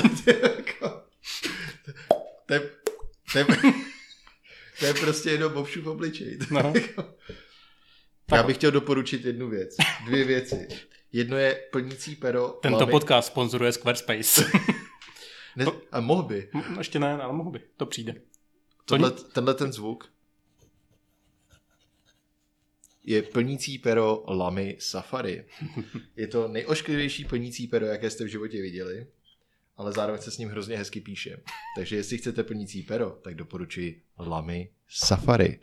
To je... To je... To je prostě jenom Bobšův obličej. No. Já bych chtěl doporučit jednu věc. Dvě věci. Jedno je plnící pero Tento Lamy. podcast sponzoruje Squarespace. Ne, a mohl by. M- ještě ne, ale mohl by. To přijde. Tohle, tenhle ten zvuk je plnící pero Lamy Safari. Je to nejošklivější plnící pero, jaké jste v životě viděli, ale zároveň se s ním hrozně hezky píše. Takže jestli chcete plnící pero, tak doporučuji Lamy Safari.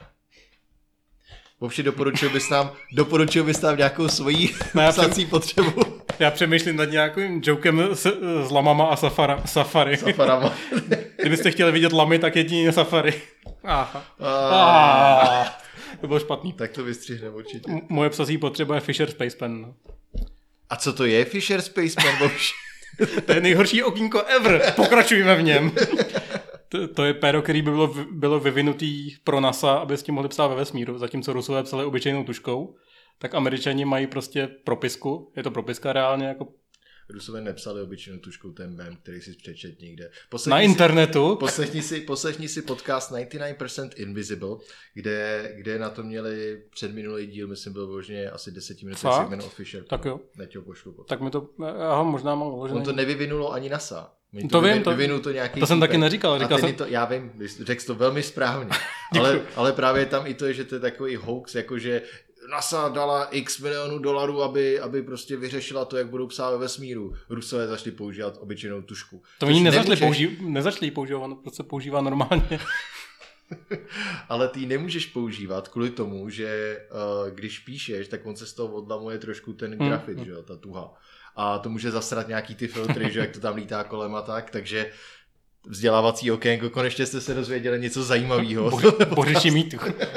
Vůbec doporučuji bys nám, doporučuji bys nám nějakou svojí psací potřebu. Já přemýšlím nad nějakým jokem s, s lamama a safara, safari. Safarama. Kdybyste chtěli vidět lamy, tak jedině safari. Aha. Ah. Ah. To bylo špatný. Tak to vystřihneme určitě. M- moje psací potřeba je Fisher Space Pen. A co to je Fisher Space Pen, Bož? To je nejhorší okýnko ever. Pokračujeme v něm. To, to je péro, který by bylo, bylo vyvinutý pro NASA, aby s tím mohli psát ve vesmíru. Zatímco Rusové psali obyčejnou tuškou, tak Američani mají prostě propisku. Je to propiska reálně jako... Rusové nepsali obyčejnou tuškou ten mem, který si přečet někde. Poslechni na si, internetu. Poslechni si, poslechni si podcast devadesát devět procent Invisible, kde, kde na to měli předminulý díl, myslím, byl možná asi desetiminutový segment od Fisher. Tak jo. Pošlu, tak mi to, aha, možná mám uložený. On to nevyvinulo ani NASA. To, to vyvin, vím, to, vyvinul to nějaký to jsem týpek. taky neříkal. Říkal jsem... to, já vím, řekl to velmi správně. ale, ale právě tam i to, že to je takový hoax, jakože NASA dala x milionů dolarů, aby, aby prostě vyřešila to, jak budou psát ve vesmíru. Rusové začali používat obyčejnou tušku. To oni nezačali, použí, nezačali používat, protože se používá normálně. Ale ty nemůžeš používat kvůli tomu, že uh, když píšeš, tak on se z toho odlamuje trošku ten grafit, hmm. že jo, ta tuha. A to může zasrat nějaký ty filtry, že jak to tam lítá kolem a tak, takže vzdělávací okénko, konečně jste se dozvěděli něco zajímavého. Bořeši mýtu.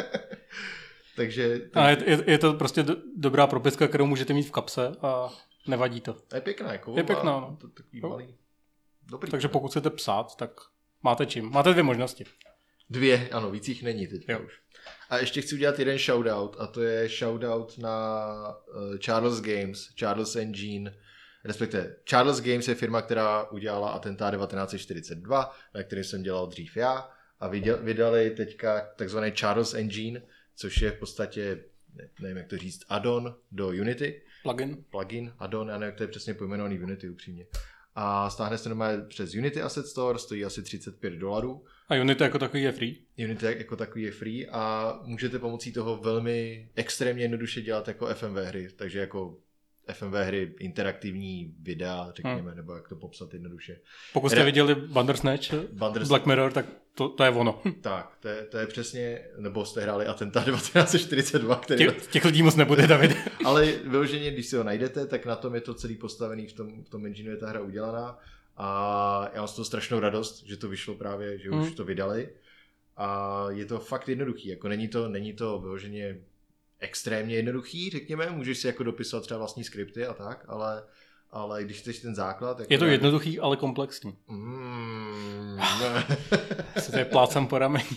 Takže... A je, je, je to prostě do, dobrá propiska, kterou můžete mít v kapse a nevadí to. Je pěkná, jako je pěkná, no. To takový malý. Dobrý. Takže pokud chcete psát, tak máte čím. Máte dvě možnosti. Dvě, ano, víc jich není teď už. A ještě chci udělat jeden shoutout, a to je shoutout na uh, Charles Games, Charles Engine, respektive Charles Games je firma, která udělala Atentát devatenáct set čtyřicet dva, na kterém jsem dělal dřív já, a vydali teďka takzvaný Charles Engine, což je v podstatě, ne, nevím jak to říct, add-on do Unity. Plugin. Plugin, add-on, já nevím, jak to je přesně pojmenovaný v Unity upřímně. A stáhne se normálně přes Unity Asset Store, stojí asi třicet pět dolarů. A Unity jako takový je free? Unity jako takový je free a můžete pomocí toho velmi extrémně jednoduše dělat jako F M V hry, takže jako F M V hry, interaktivní videa, řekněme, hmm. nebo jak to popsat jednoduše. Pokud jste Re... viděli Bandersnatch, Banders... Black Mirror, tak to, to je ono. Tak, to je, to je přesně, nebo jste hráli Atentát devatenáct set čtyřicet dva, který... Těch, těch lidí moc nebude, David. Ale vyloženě, když si ho najdete, tak na tom je to celý postavený, v tom, v tom engineu je ta hra udělaná. A já mám z toho strašnou radost, že to vyšlo právě, že už hmm. to vydali. A je to fakt jednoduchý, jako není to, není to vyloženě extrémně jednoduchý, řekněme, můžeš si jako dopisovat třeba vlastní skripty a tak, ale, ale když chceš ten základ... Jako je to jednoduchý, ale komplexní. Mm, Se to je plácem po rameni.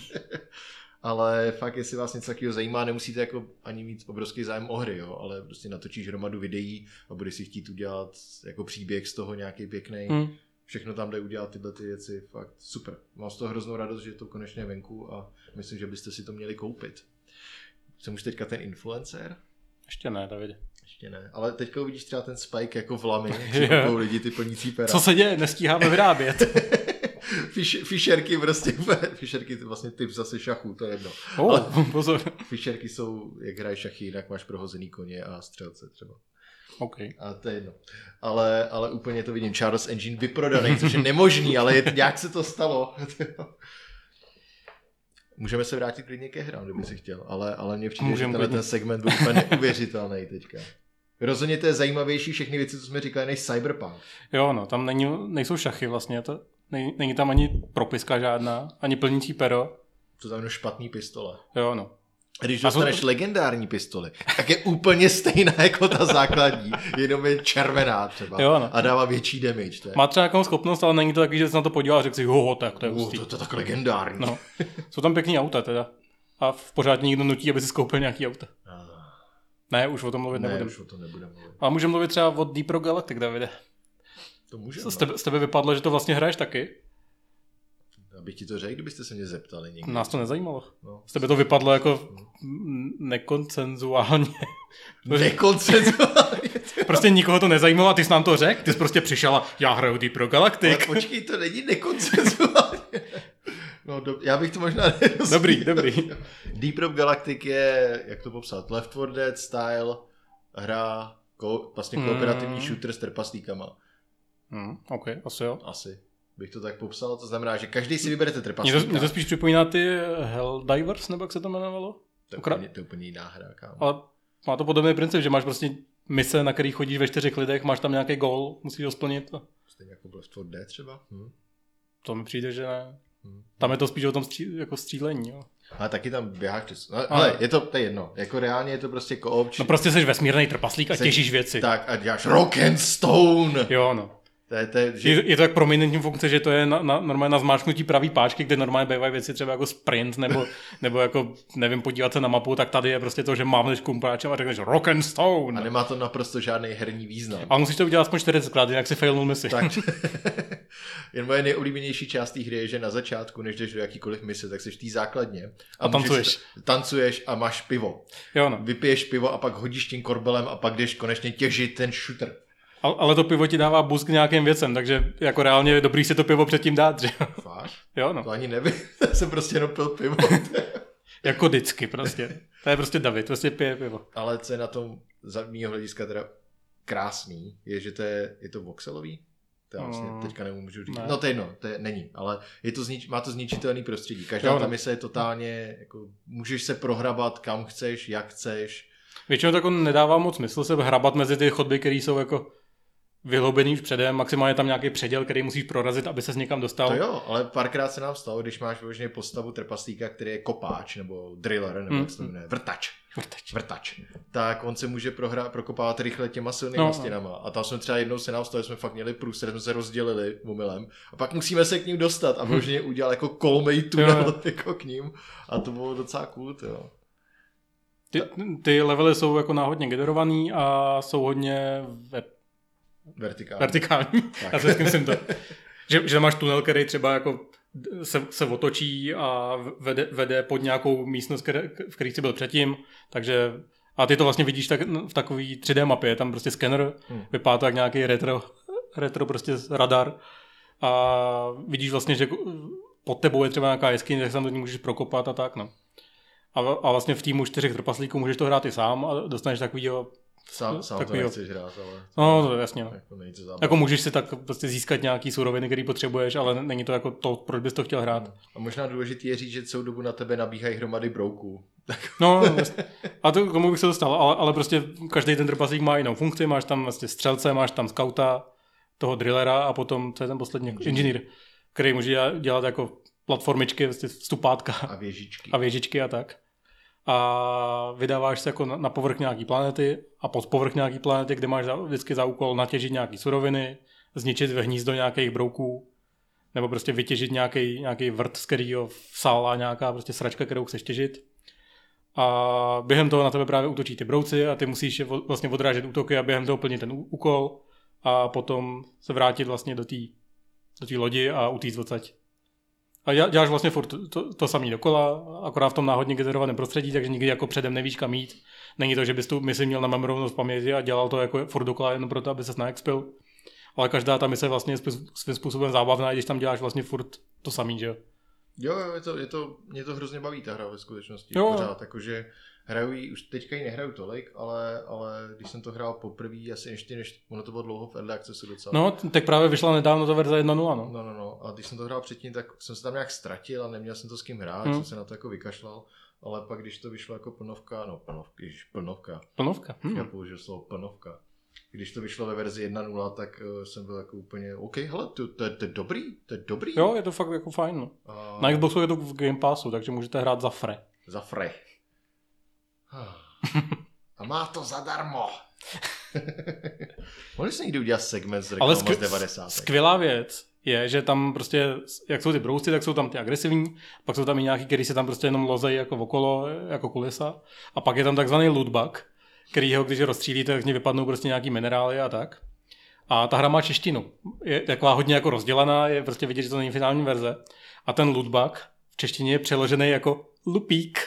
Ale fakt, jestli vás něco takového zajímá, nemusíte jako ani mít obrovský zájem o hry, jo? Ale prostě natočíš hromadu videí a budeš si chtít udělat jako příběh z toho nějaký pěkný. Hmm. Všechno tam jde udělat tyhle ty věci, fakt super. Mám z toho hroznou radost, že je to konečně venku a myslím, že byste si to měli koupit. Jsem už teďka ten influencer? Ještě ne, Davide. Ještě ne, ale teďka uvidíš třeba ten spike jako v Lamy, jak si lidi ty plnící pera. Co se děje? Nestíháme vyrábět. Fiš, fišerky prostě, fišerky to vlastně typ zase šachů, to je jedno. Oh, ale pozor. Fišerky jsou, jak hraješ šachy, jinak máš prohozený koně a střelce třeba. Okay. A to je jedno. Ale, ale úplně to vidím, Charles Engine vyprodaný, což je nemožný, ale je, nějak se to stalo. Můžeme se vrátit klidně ke hrám, kdyby si chtěl, ale, ale mně přijde, že tenhle ten segment byl úplně neuvěřitelný teďka. Rozhodně to je zajímavější všechny věci, co jsme říkali, než Cyberpunk. Jo, no, tam není, nejsou šachy vlastně, to, není, není tam ani propiska žádná, ani plnící pero. To tam špatný pistole. Jo, no. A když dostaneš to... legendární pistoli, tak je úplně stejná jako ta základní, jenom je červená třeba jo, no. A dává větší damage. To je. Má třeba nějakou schopnost, ale není to takový, že se na to podívá a řekl si, ho, tak to je hustý. Uh, to, to je tak legendární. No. Jsou tam pěkný auta teda. A v pořád někdo nutí, aby si skoupil nějaký auta. Uh. Ne, už o tom mluvit ne, nebudeme. už o tom nebudeme mluvit. A můžeme mluvit třeba o Deep Rock Galactic, Davide. To můžeme. Z tebe, z tebe vypadlo, že to vlastně hraješ taky? Abych ti to řekl, kdybyste se mě zeptali někdy. Nás to nezajímalo. No. Z tebe to vypadlo jako nekoncenzuálně. Nekoncenzuálně. Prostě nikoho to nezajímalo a ty jsi nám to řekl. Ty jsi prostě přišel a já hraju Deep Rock Galactic. Ale počkej, to není nekoncenzuálně. No, do, já bych to možná nerozumil. Dobrý, dobrý. Deep Rock Galactic je, jak to popsat, Left four Dead style hra, ko, vlastně kooperativní mm. shooter s trpaslíkama. Mm, ok, asi jo. Asi bych to tak popsal, to znamená, že každý si vyberete trpaslíka. Mně to, mě to spíš připomíná ty Helldivers, nebo jak se to jmenovalo? To je úplně, to je úplně jiná hra, kámo. Ale má to podobný princip, že máš prostě mise, na který chodíš ve čtyřech lidech, máš tam nějaký goal, musíš ho splnit. Stejně jako Left four Dead třeba? Hm. To mi přijde, že ne. Hm. Tam je to spíš o tom stří, jako střílení. Jo. Ale taky tam běháš přes... No, ale je to, to je jedno. Jako reálně je to prostě koop. No prostě jsi vesmírnej trpaslík a se, těžíš věci. Tak a děláš Rock and Stone. Jo, no. To je, to je, že... je, je to tak prominentní funkce, že to je na, na, normálně na zmáčknutí pravý páčky, kde normálně bývají věci třeba jako sprint, nebo, nebo jako, nevím, podívat se na mapu, tak tady je prostě to, že mávneš kumpáčem a řekneš Rock and Stone. A nemá to naprosto žádný herní význam. A musíš to udělat aspoň čtyřicetkrát, jinak si failnul misi. Tak. Jen moje nejoblíbenější část té hry je, že na začátku, než jdeš do jakýkoliv mise, tak jsi v té základně. A, a tancuješ. Tancuješ a máš pivo. Jo, no. Vypiješ pivo a pak hodíš tím korbelem a pak jdeš konečně těžit ten shooter. Ale to pivo ti dává boost k nějakým věcem, takže jako reálně je dobrý si to pivo předtím dát, že? Fakt? Jo, no. To ani nevím, já jsem prostě jenom pil pivo. Jako vždycky prostě. To je prostě David, prostě pije pivo. Ale co je na tom za mýho hlediska teda krásný, je, že to je, je to voxelový? To já vlastně mm, teďka nemůžu říct. Ne. No to je jedno, to je, není, ale je to znič, má to zničitelný prostředí. Každá jo, ta mise je totálně, jako, můžeš se prohrabat kam chceš, jak chceš. Většinou to jako nedává moc smysl se hrabat mezi ty chodby, které jsou jako vyhloubený už předem, maximálně tam nějaký předěl, který musíš prorazit, aby ses někam dostal. To jo, ale párkrát se nám stalo, když máš vyloženě postavu trpaslíka, který je kopáč, nebo driller, nebo mm. jak se to jmenuje, vrtač. Vrtač. Vrtač. Tak on se může prohra- prokopávat rychle těma silnýma no, stěnama. A tam jsme třeba jednou se nám stalo, jsme fakt měli průser, jsme se rozdělili omylem. A pak musíme se k ním dostat a vyloženě udělal jako kolmej tunel jako k ním. A to bylo docela cool, jo. Ty, ty levely jsou jako náhodně generovaný a jsou hodně ve... vertikální. vertikální. Já se myslím to. Že, že máš tunel, který třeba jako se, se otočí a vede, vede pod nějakou místnost, které, v které jsi byl předtím, takže a ty to vlastně vidíš tak, v takový tři dé mapě, je tam prostě skener, hmm. vypadá to jak nějaký retro, retro prostě radar a vidíš vlastně, že pod tebou je třeba nějaká jeskyně, tak se tam do ní můžeš prokopat a tak, no. A, a vlastně v týmu čtyřech trpaslíků můžeš to hrát i sám a dostaneš takovýho Sám, sám takovýho. to nechceš hrát, ale... No, to jasně, no. Jako, jako můžeš si tak prostě získat nějaký suroviny, který potřebuješ, ale není to jako to, proč bys to chtěl hrát. A možná důležitý je říct, že celou dobu na tebe nabíhají hromady brouků. No, a to, k tomu bych se dostal, ale, ale prostě každý ten trpaslík má jinou funkci, máš tam vlastně střelce, máš tam skauta, toho drillera a potom, co je ten poslední, inženýr, který může dělat jako platformičky, vlastně vstupátka. A věžičky. A věžičky a tak. A vydáváš se jako na, na povrch nějaký planety a pod povrch nějaký planety, kde máš za, vždycky za úkol natěžit nějaký suroviny, zničit hnízdo nějakých brouků, nebo prostě vytěžit nějaký, nějaký vrt, z kterého vsála nějaká prostě sračka, kterou chceš těžit. A během toho na tebe právě útočí ty brouci a ty musíš vlastně odrážet útoky a během toho plnit ten úkol a potom se vrátit vlastně do té do té lodi a utíct odsaď. A děláš vlastně furt to, to, to samý dokola, akorát v tom náhodně generovaném prostředí, takže nikdy jako předem nevíš kam jít. Není to, že bys tu misi měl na memorovnost v paměti a dělal to jako furt dokola jen proto, aby ses naexpil. Ale každá ta mise vlastně je svým způsobem zábavná, když tam děláš vlastně furt to samý, že jo? Jo, jo, je to, je to, mě to hrozně baví ta hra ve skutečnosti. Jo. Pořád, jakože hraju ji, už teďka ji nehraju tolik, ale, ale když jsem to hrál poprvé, asi ještě než, ono to bylo dlouho v early accessu docela. No, tak právě vyšla nedávno ta verze jedna nula, no. No, no, no, a když jsem to hrál předtím, tak jsem se tam nějak ztratil a neměl jsem to s kým hrát, hmm. jsem se na to jako vykašlal, ale pak když to vyšlo jako plnovka, no plnovka, ježiš, plnovka. Plnovka? Hmm. Já použil slovo plnovka. Když to vyšlo ve verzi jedna nula, tak uh, jsem byl jako úplně, OK, hele, to, to, je, to je dobrý, to je dobrý. Jo, je to fakt jako fajn, no. A... Na Xboxu je to v Game Passu, takže můžete hrát za free. Za free. A má to zadarmo. Mohli jsme někdy udělat segment z reklama skv- z devadesátek. Skvělá věc je, že tam prostě, jak jsou ty brouci, tak jsou tam ty agresivní, pak jsou tam i nějaký, který se tam prostě jenom lozejí jako okolo, jako kulisa. A pak je tam takzvaný lootbug, kterýho, když je rozstřílíte, tak z něj vypadnou prostě nějaký minerály a tak. A ta hra má češtinu. Je taková hodně jako rozdělaná, je prostě vidět, že to není finální verze. A ten lootbug v češtině je přeložený jako lupík.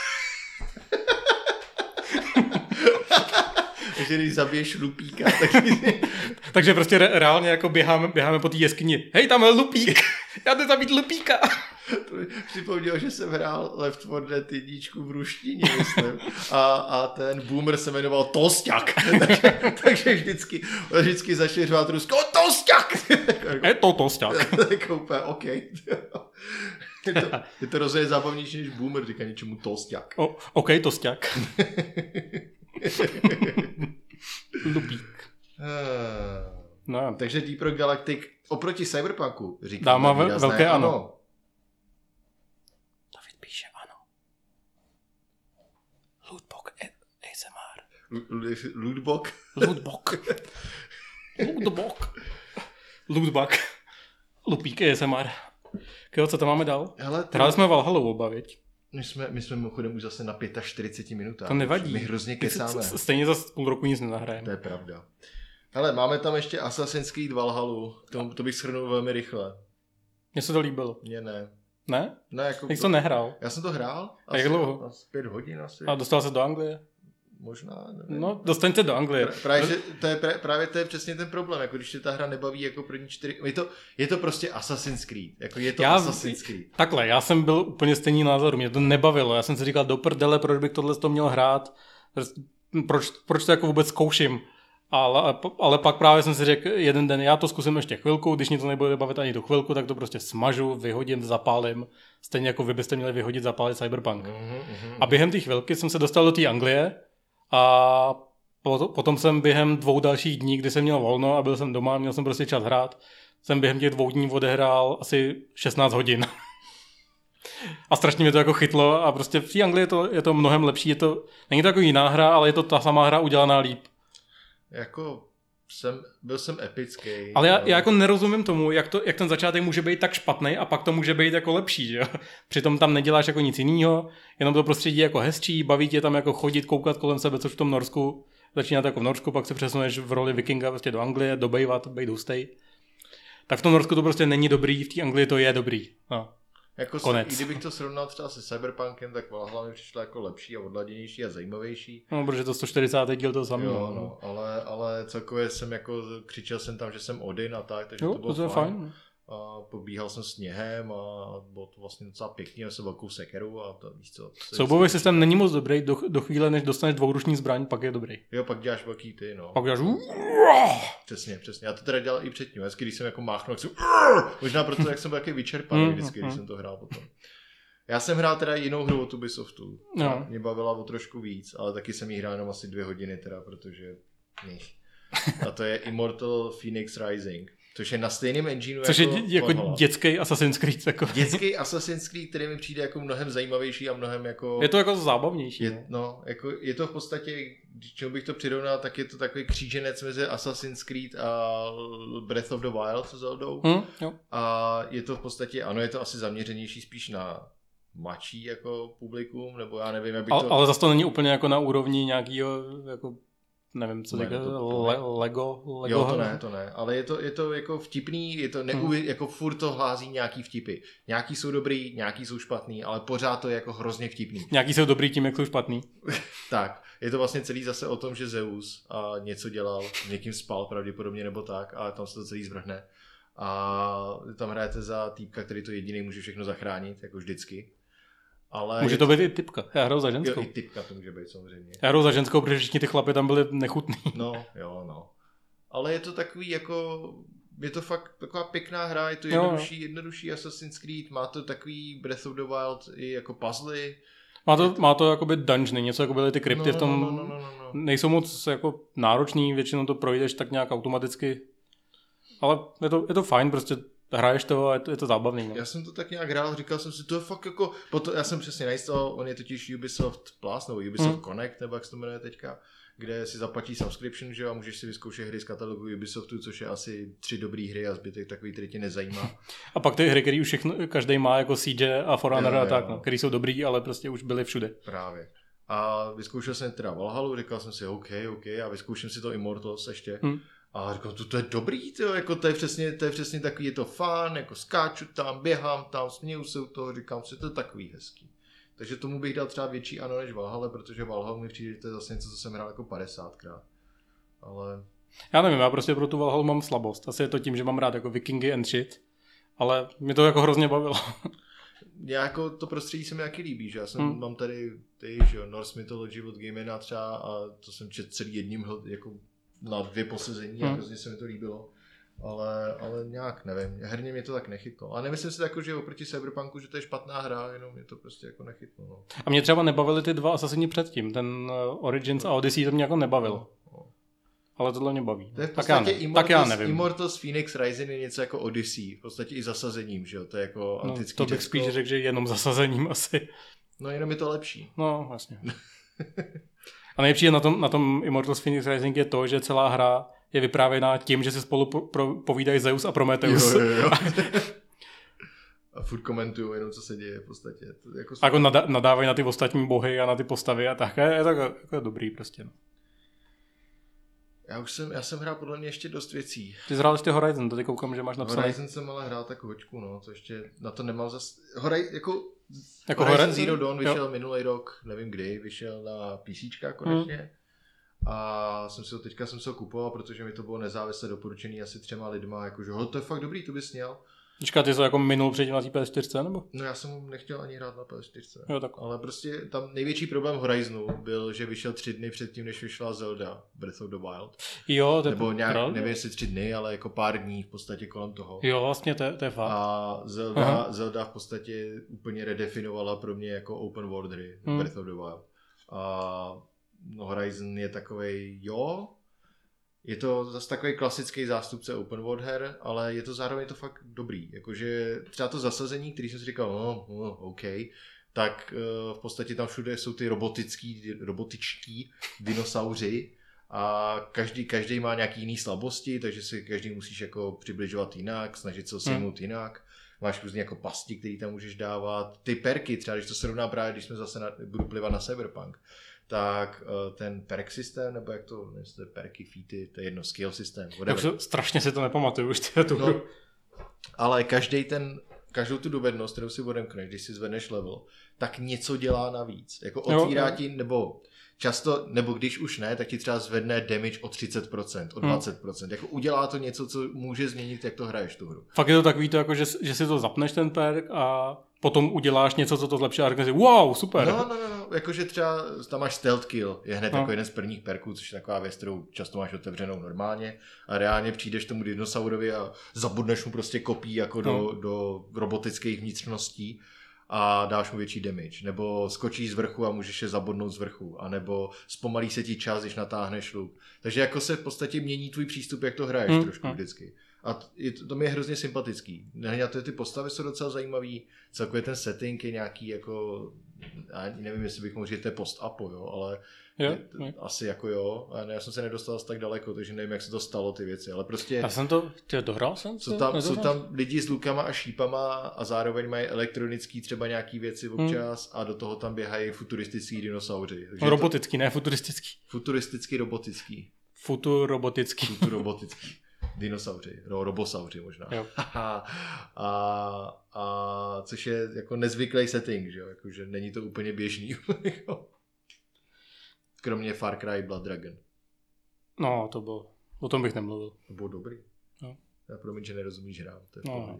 Takže když zabiješ lupíka, tak... Takže prostě re- reálně jako běháme, běháme po té jeskyni. Hej, tam je lupík! Já jdu zabít lupíka! To mi připomněl, že jsem hrál Left four Dead jedničku v ruštině, myslím. A, a ten boomer se jmenoval Tosťak. takže, takže vždycky, vždycky začne řvát Rusko, Tosťak! Je to Tosťak. Tak úplně, OK. Je to, je to rozhodně zábavnější, než boomer říká něčemu Tosťak. O, OK, Tosťak. Lupík. No. Takže Deep Rock Galactic oproti Cyberpunku říká Dáma ve, velké ano. ano. David píše ano. Lootbox A S M R. Lootbox? Lootbox. Lootbox. Lootbox. Lupík A S M R. Kdo, co tam máme dál? Hele, ty... Hráli jsme Valhallu oba, viď? My jsme, my jsme mimochodem už zase na čtyřicet pět minutách. To nevadí. My hrozně kesáme. Stejně za půl roku nic nenahrajeme. To je pravda. Hele, máme tam ještě Assassin's Creed Valhallu. To, to bych shrnul velmi rychle. Mně se to líbilo. Mně ne. Ne? Ne, jako... Jak jsi to nehrál? Já jsem to hrál. A jak dlouho? Asi pět hodin asi. A dostal se do Anglie? Možná, nevím. No, dostaňte do Anglie. Pra, právě, že to je, právě to je přesně ten problém, jako když se ta hra nebaví jako první čtyři... Je to, je to prostě Assassin's Creed. Jako je to já, Assassin's Creed. Takhle, já jsem byl úplně stejný názoru, mě to nebavilo. Já jsem si říkal, do prdele, proč bych tohle to měl hrát? Proč, proč to jako vůbec zkouším? Ale, ale pak právě jsem si řekl jeden den, já to zkusím ještě chvilku, když mě to nebude bavit ani tu chvilku, tak to prostě smažu, vyhodím, zapálím. Stejně jako vy byste měli vyhodit, zapálit Cyberpunk. Mm-hmm, mm-hmm. A během té chvilky jsem se dostal do té Anglie a potom jsem během dvou dalších dní, kdy jsem měl volno a byl jsem doma, měl jsem prostě čas hrát, jsem během těch dvou dní odehrál asi šestnáct hodin. A strašně mě to jako chytlo a prostě v té Anglii je to, je to mnohem lepší, je to, není to jako jiná hra, ale je to ta samá hra udělaná líp. Jako jsem, byl jsem epický. Ale já, já jako nerozumím tomu, jak, to, jak ten začátek může být tak špatný a pak to může být jako lepší, že jo? Přitom tam neděláš jako nic jiného, jenom to prostředí jako hezčí, baví tě tam jako chodit, koukat kolem sebe, což v tom Norsku, začíná to jako v Norsku, pak se přesuneš v roli vikinga prostě do Anglie, dobejvat, být hustej. Tak v tom Norsku to prostě není dobrý, v té Anglii to je dobrý. No. Jako se, i kdybych to srovnal třeba se Cyberpunkem, tak Valhalla mi přišla jako lepší a odladěnější a zajímavější. No, protože to sto čtyřicátý díl to samý. Jo, no, ale, ale celkově jsem jako, kříčel jsem tam, že jsem Odin a tak, takže jo, to bylo to fajn. fajn. A pobíhal jsem sněhem a bylo to vlastně docela pěkný, měl jsem velkou sekeru a to víš co. Soubojový systém není moc dobrý, do, do chvíle, než dostaneš dvouruční zbraň, pak je dobrý. Jo, pak děláš velký ty, no. Pak děláš... Přesně, přesně. Já to teda dělal i předtím, vždycky, když jsem jako máchnul, tak jsem... Možná proto, jak jsem byl taky vyčerpaný vždycky, když jsem to hrál potom. Já jsem hrál teda jinou hru od Ubisoftu. No. Mě bavila o trošku víc, ale taky jsem jí hrál jenom asi dvě hodiny teda, protože... Nech. A to je Immortal Phoenix Rising. Což je na stejném engineu Což jako... je dě, jako dětský Assassin's Creed. Jako. Dětský Assassin's Creed, který mi přijde jako mnohem zajímavější a mnohem jako... Je to jako zábavnější. Je, no, jako je to v podstatě, čemu bych to přirovnal, tak je to takový kříženec mezi Assassin's Creed a Breath of the Wild s Zeldou. Hmm, jo. A je to v podstatě, ano, je to asi zaměřenější spíš na mladší jako publikum, nebo já nevím, jak by to... Ale, ale zase to není úplně jako na úrovni nějakého jako... Nevím, co ne, říká, to, le, Lego, Lego. Jo, to ne, to ne, ale je to, je to jako vtipný, je to neuvěř, hmm. jako furt to hlází nějaký vtipy. Nějaký jsou dobrý, nějaký jsou špatný, ale pořád to je jako hrozně vtipný. Nějaký jsou dobrý tím, jak jsou špatný. Tak, je to vlastně celý zase o tom, že Zeus a něco dělal, někým spal pravděpodobně nebo tak a tam se to celý zvrhne. A tam hrajete za týpka, který to jediný může všechno zachránit, jako vždycky. Ale může to být i typka. Já hraju za ženskou. Jo, i typka to může být samozřejmě. Já hraju za ženskou, protože všichni ty chlapy tam byli nechutný. No, jo, no. Ale je to takový jako... Je to fakt taková pěkná hra, je to jednodušší, jo. jednodušší Assassin's Creed, má to takový Breath of the Wild i jako puzzly. Má to, má to jakoby dungeony, něco jako byly ty krypty no, v tom, no, no, no, no, no. nejsou moc jako náročný, většinou to projdeš tak nějak automaticky. Ale je to, je to fajn, prostě hraješ to a je to, je to zábavný. No. Já jsem to tak nějak hrál, říkal jsem si, to je fakt jako, potom, já jsem přesně najistal, on je totiž Ubisoft Plus, nebo Ubisoft hmm. Connect, nebo jak se to jmenuje teďka, kde si zaplatí subscription, že jo, a můžeš si vyzkoušet hry z katalogu Ubisoftu, což je asi tři dobré hry a zbytek takový, který tě nezajímá. A pak ty hry, které už všechno, každý má, jako Siege a For Honor a tak, no, který jsou dobrý, ale prostě už byly všude. Právě. A vyzkoušel jsem teda Valhallu, říkal jsem si OK, OK, a vyzkouším si to Immortals ještě. Hmm. A říkal, to, to je dobrý, to, jako to je přesně, to je přesně takový, je to fun, jako skáču tam, běhám tam, směju se u toho, říkám si, to je takový hezký. Takže tomu bych dal třeba větší ano než Valhalla, protože Valhalla mi přijde, že to je zase něco, co jsem hrál jako padesátkrát. Ale... Já nevím, já prostě pro tu Valhallu mám slabost. Asi je to tím, že mám rád jako vikingy and shit, ale mě to jako hrozně bavilo. Já jako to prostředí se mi taky líbí, že já jsem, hmm. mám tady ty, že jo, Norse Mythology od Gamena třeba a to jsem čet celý jedním jako na dvě posezení hmm. a hrozně se mi to líbilo. Ale, ale nějak nevím, herně mě to tak nechytlo. A nemyslím si jako, že oproti Cyberpunku, že to je špatná hra, jenom mě to prostě jako nechytlo. No. A mě třeba nebavily ty dva Assassini předtím, ten Origins no. a Odyssey, to mě jako nebavil. No. No. Ale tohle mě baví. To je v tak, já ne, Immortals, tak já nevím. Immortals Phoenix Rising je něco jako Odyssey, v podstatě i zasazením, že jo, to je jako no, antický to bych Česko. spíš řekl, že jenom zasazením asi. No jenom je to lepší. No, vlastně. A nejlepší na tom, na tom Immortals Phoenix Rising je to, že celá hra je vyprávěná tím, že se spolu po, pro, povídají Zeus a Prometheus. Jo, jo, jo. A furt komentuju jenom, co se děje v podstatě. To jako a jako nadá, nadávají na ty ostatní bohy a na ty postavy a tak. Je to jako dobrý prostě. No. Já už jsem, já jsem hrál podle mě ještě dost věcí. Ty jsi hrál ještě Horizon, to ty koukám, že máš napsané. Horizon jsem ale hrál tak hoďku, no, to ještě na to nemám zas... Horizon, jako, jako Horizon Horizon Zero Dawn vyšel jo. minulý rok, nevím kdy, vyšel na PCčka konečně. Hmm. A jsem si ho, teďka jsem se ho kupoval, protože mi to bylo nezávisle doporučený asi třema lidma, jakože to je fakt dobrý, to bys měl. Počkat, ty jsi jako minul předtím na té P S čtyři, nebo? No já jsem nechtěl ani hrát na P S čtyři. Jo, tak. Ale prostě tam největší problém Horizonu byl, že vyšel tři dny předtím, než vyšla Zelda Breath of the Wild. Jo, to je Nebo nějak, pravda? nevím jestli tři dny, ale jako pár dní v podstatě kolem toho. Jo, vlastně to, to je fakt. A Zelda, Zelda v podstatě úplně redefinovala pro mě jako open world hry hmm. Breath of the Wild. A no, Horizon je takovej, jo, je to zase takový klasický zástupce open world her, ale je to zároveň to fakt dobrý. Jakože třeba to zasazení, který jsem si říkal, no, no OK, tak uh, v podstatě tam všude jsou ty robotický, robotičtí dinosauři a každý, každý má nějaký jiný slabosti, takže si každý musíš jako přibližovat jinak, snažit se sejmout hmm. jinak. Máš různě jako pasti, které tam můžeš dávat. Ty perky, třeba když to srovná právě, když jsme zase na, budu plivat na Cyberpunk, tak uh, ten perk systém, nebo jak to, nevím, to je perky, featy, to je jedno, skill systém. Se, strašně si to nepamatuju už tu no, ale každý ten, každou tu dovednost, kterou si odemkneš, když si zvedneš level, tak něco dělá navíc. Jako otvírá jo, ti, nebo často, nebo když už ne, tak ti třeba zvedne damage o třicet procent, o dvacet procent. Hmm. Jako udělá to něco, co může změnit, jak to hraješ tu hru. Fakt je to takový to, jako, že, že si to zapneš ten perk a potom uděláš něco, co to zlepší a řekneš si, wow, super. No, no, no, jakože třeba tam máš stealth kill, je hned no. jako jeden z prvních perků, což je taková věc, kterou často máš otevřenou normálně a reálně přijdeš tomu dinosaurovi a zabudneš mu prostě kopí jako no. do, do robotických vnitřností a dáš mu větší damage, nebo skočíš z vrchu a můžeš je zabodnout z vrchu, anebo zpomalí se ti čas, když natáhneš luk. Takže jako se v podstatě mění tvůj přístup, jak to hraješ mm. trošku vždycky. A to, to mi je hrozně sympatický. Nehledě to, ty postavy jsou docela zajímavý, celkově ten setting je nějaký jako, já nevím, jestli bych mohl říct, to je post-apo, jo, ale jo, je, je. asi jako jo. A ne, já jsem se nedostal tak daleko, takže nevím, jak se to stalo ty věci, ale prostě... Já jsem to, ty dohrál jsem jsou tam, jsou tam lidi s lukama a šípama a zároveň mají elektronický třeba nějaký věci občas hmm. a do toho tam běhají futuristický dinosauři. No, robotický, to... ne futuristický. Futuristický, robotický. Futurobotický. Futurobotický. Dinosauři, no, robosauři možná. a, a což je jako nezvyklý setting, že jo, jakože není to úplně běžný. Kromě Far Cry Blood Dragon. No, to bylo, o tom bych nemluvil. To bylo dobrý. No. Já promiň, že nerozumíš hrám. To je no,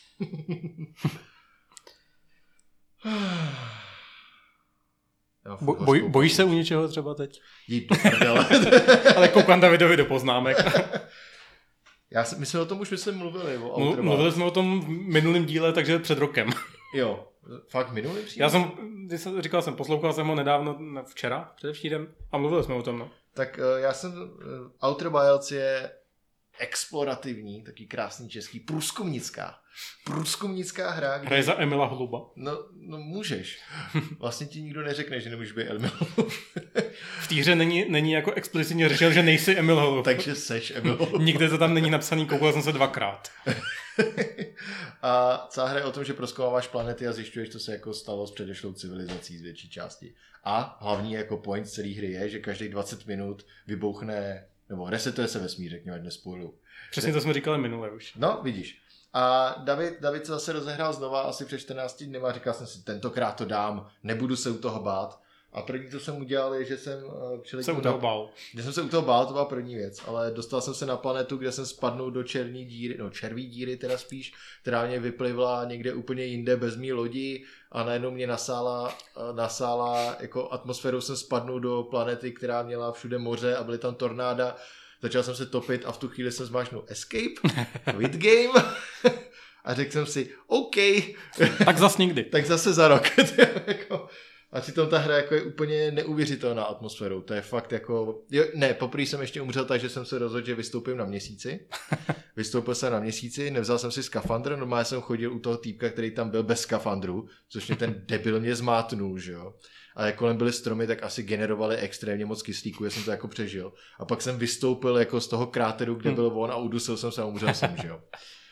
Bo, boj, bojíš se u něčeho třeba teď? Jít do prdele. Ale koukám Davidovi do poznámek. Já si, my jsme o tom už myslím mluvili. O Outer mluvili jsme o tom v minulém díle, takže před rokem. Jo, fakt minulý příklad? Já jsem, jsem, říkal jsem, poslouchal jsem ho nedávno, včera, předevčírem, a mluvili jsme o tom. No. Tak uh, já jsem, uh, Outer Wilds je explorativní, taky krásný český, průzkumnická. Průzkumnická hra. Kde... Hraje za Emila Holuba. No, no můžeš. Vlastně ti nikdo neřekne, že nemůžeš být Emil Holub. V té hře není, není jako explicitně řečeno, že nejsi Emil Holub. Takže seš Emil Holub. Nikde to tam není napsaný, koukal jsem se dvakrát. A celá hra je o tom, že prozkoumáváš planety a zjišťuješ, co se jako stalo s předešlou civilizací z větší části. A hlavní jako point celé hry je, že každých dvacet minut vybouchne Nebo resetuje se vesmír, řekněme, ať nespoiluju. Přesně to jsme říkali minule už. No, vidíš. A David, David se zase rozehrál znova asi před čtrnácti dny a říkal jsem si, tentokrát to dám, nebudu se u toho bát. A první, co jsem udělal, je, že jsem se u toho bál. Že jsem se u toho bál, to byla první věc, ale dostal jsem se na planetu, kde jsem spadnul do černé díry, no červí díry teda spíš, která mě vyplivla někde úplně jinde bez mý lodi a najednou mě nasála, nasála jako atmosférou jsem spadnul do planety, která měla všude moře a byly tam tornáda. Začal jsem se topit a v tu chvíli jsem zmášnul escape, quit game a řekl jsem si, OK. Tak zas nikdy. Tak zase za rok. A přitom ta hra jako je úplně neuvěřitelná atmosférou. To je fakt jako... Jo, ne, poprvé jsem ještě umřel tak, že jsem se rozhodl, že vystoupím na měsíci. Vystoupil jsem na měsíci, nevzal jsem si skafandr, normálně jsem chodil u toho týpka, který tam byl bez skafandru, což mě ten debil mě zmátnul, že jo. A jak kolem byly stromy, tak asi generovali extrémně moc kyslíku, já jsem to jako přežil. A pak jsem vystoupil jako z toho kráteru, kde byl on a udusil jsem se a umřel jsem, že jo.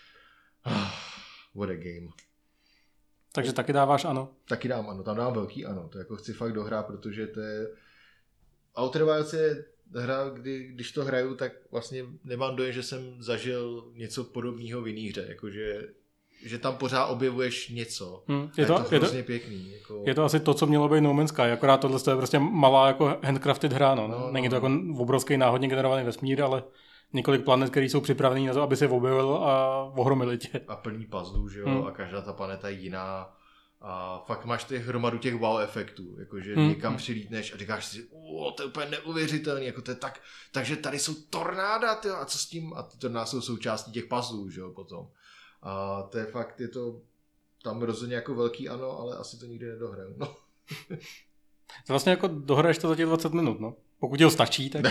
What a game. Takže taky dáváš ano? Taky dám ano, tam dám velký ano, to jako chci fakt dohrát, protože to je... Outer Wilds je hra, kdy, když to hraju, tak vlastně nemám dojem, že jsem zažil něco podobného v jiný hře, jakože že tam pořád objevuješ něco. Hmm, je, to, je to hrozně je to, pěkný. Jako... Je to asi to, co mělo být No Man's Sky, akorát tohle je prostě malá jako handcrafted hra, no. no Není to no. jako obrovský náhodně generovaný vesmír, ale několik planet, které jsou připravený na to, aby se objevil a ohromili tě. A plný puzzlů, že jo, hmm. a každá ta planeta je jiná. A fakt máš ty hromadu těch wow efektů, jakože hmm. někam přilítneš a říkáš si, o, to je úplně neuvěřitelný, jako to je tak, takže tady jsou tornáda, tyjo, a co s tím? A ty tornáda jsou součástí těch puzzlů, že jo, potom. A to je fakt, je to tam rozhodně jako velký ano, ale asi to nikdy nedohraju, no. Vlastně jako dohraješ to za těch dvacet minut, no. Pokud ti ho stačí, tak...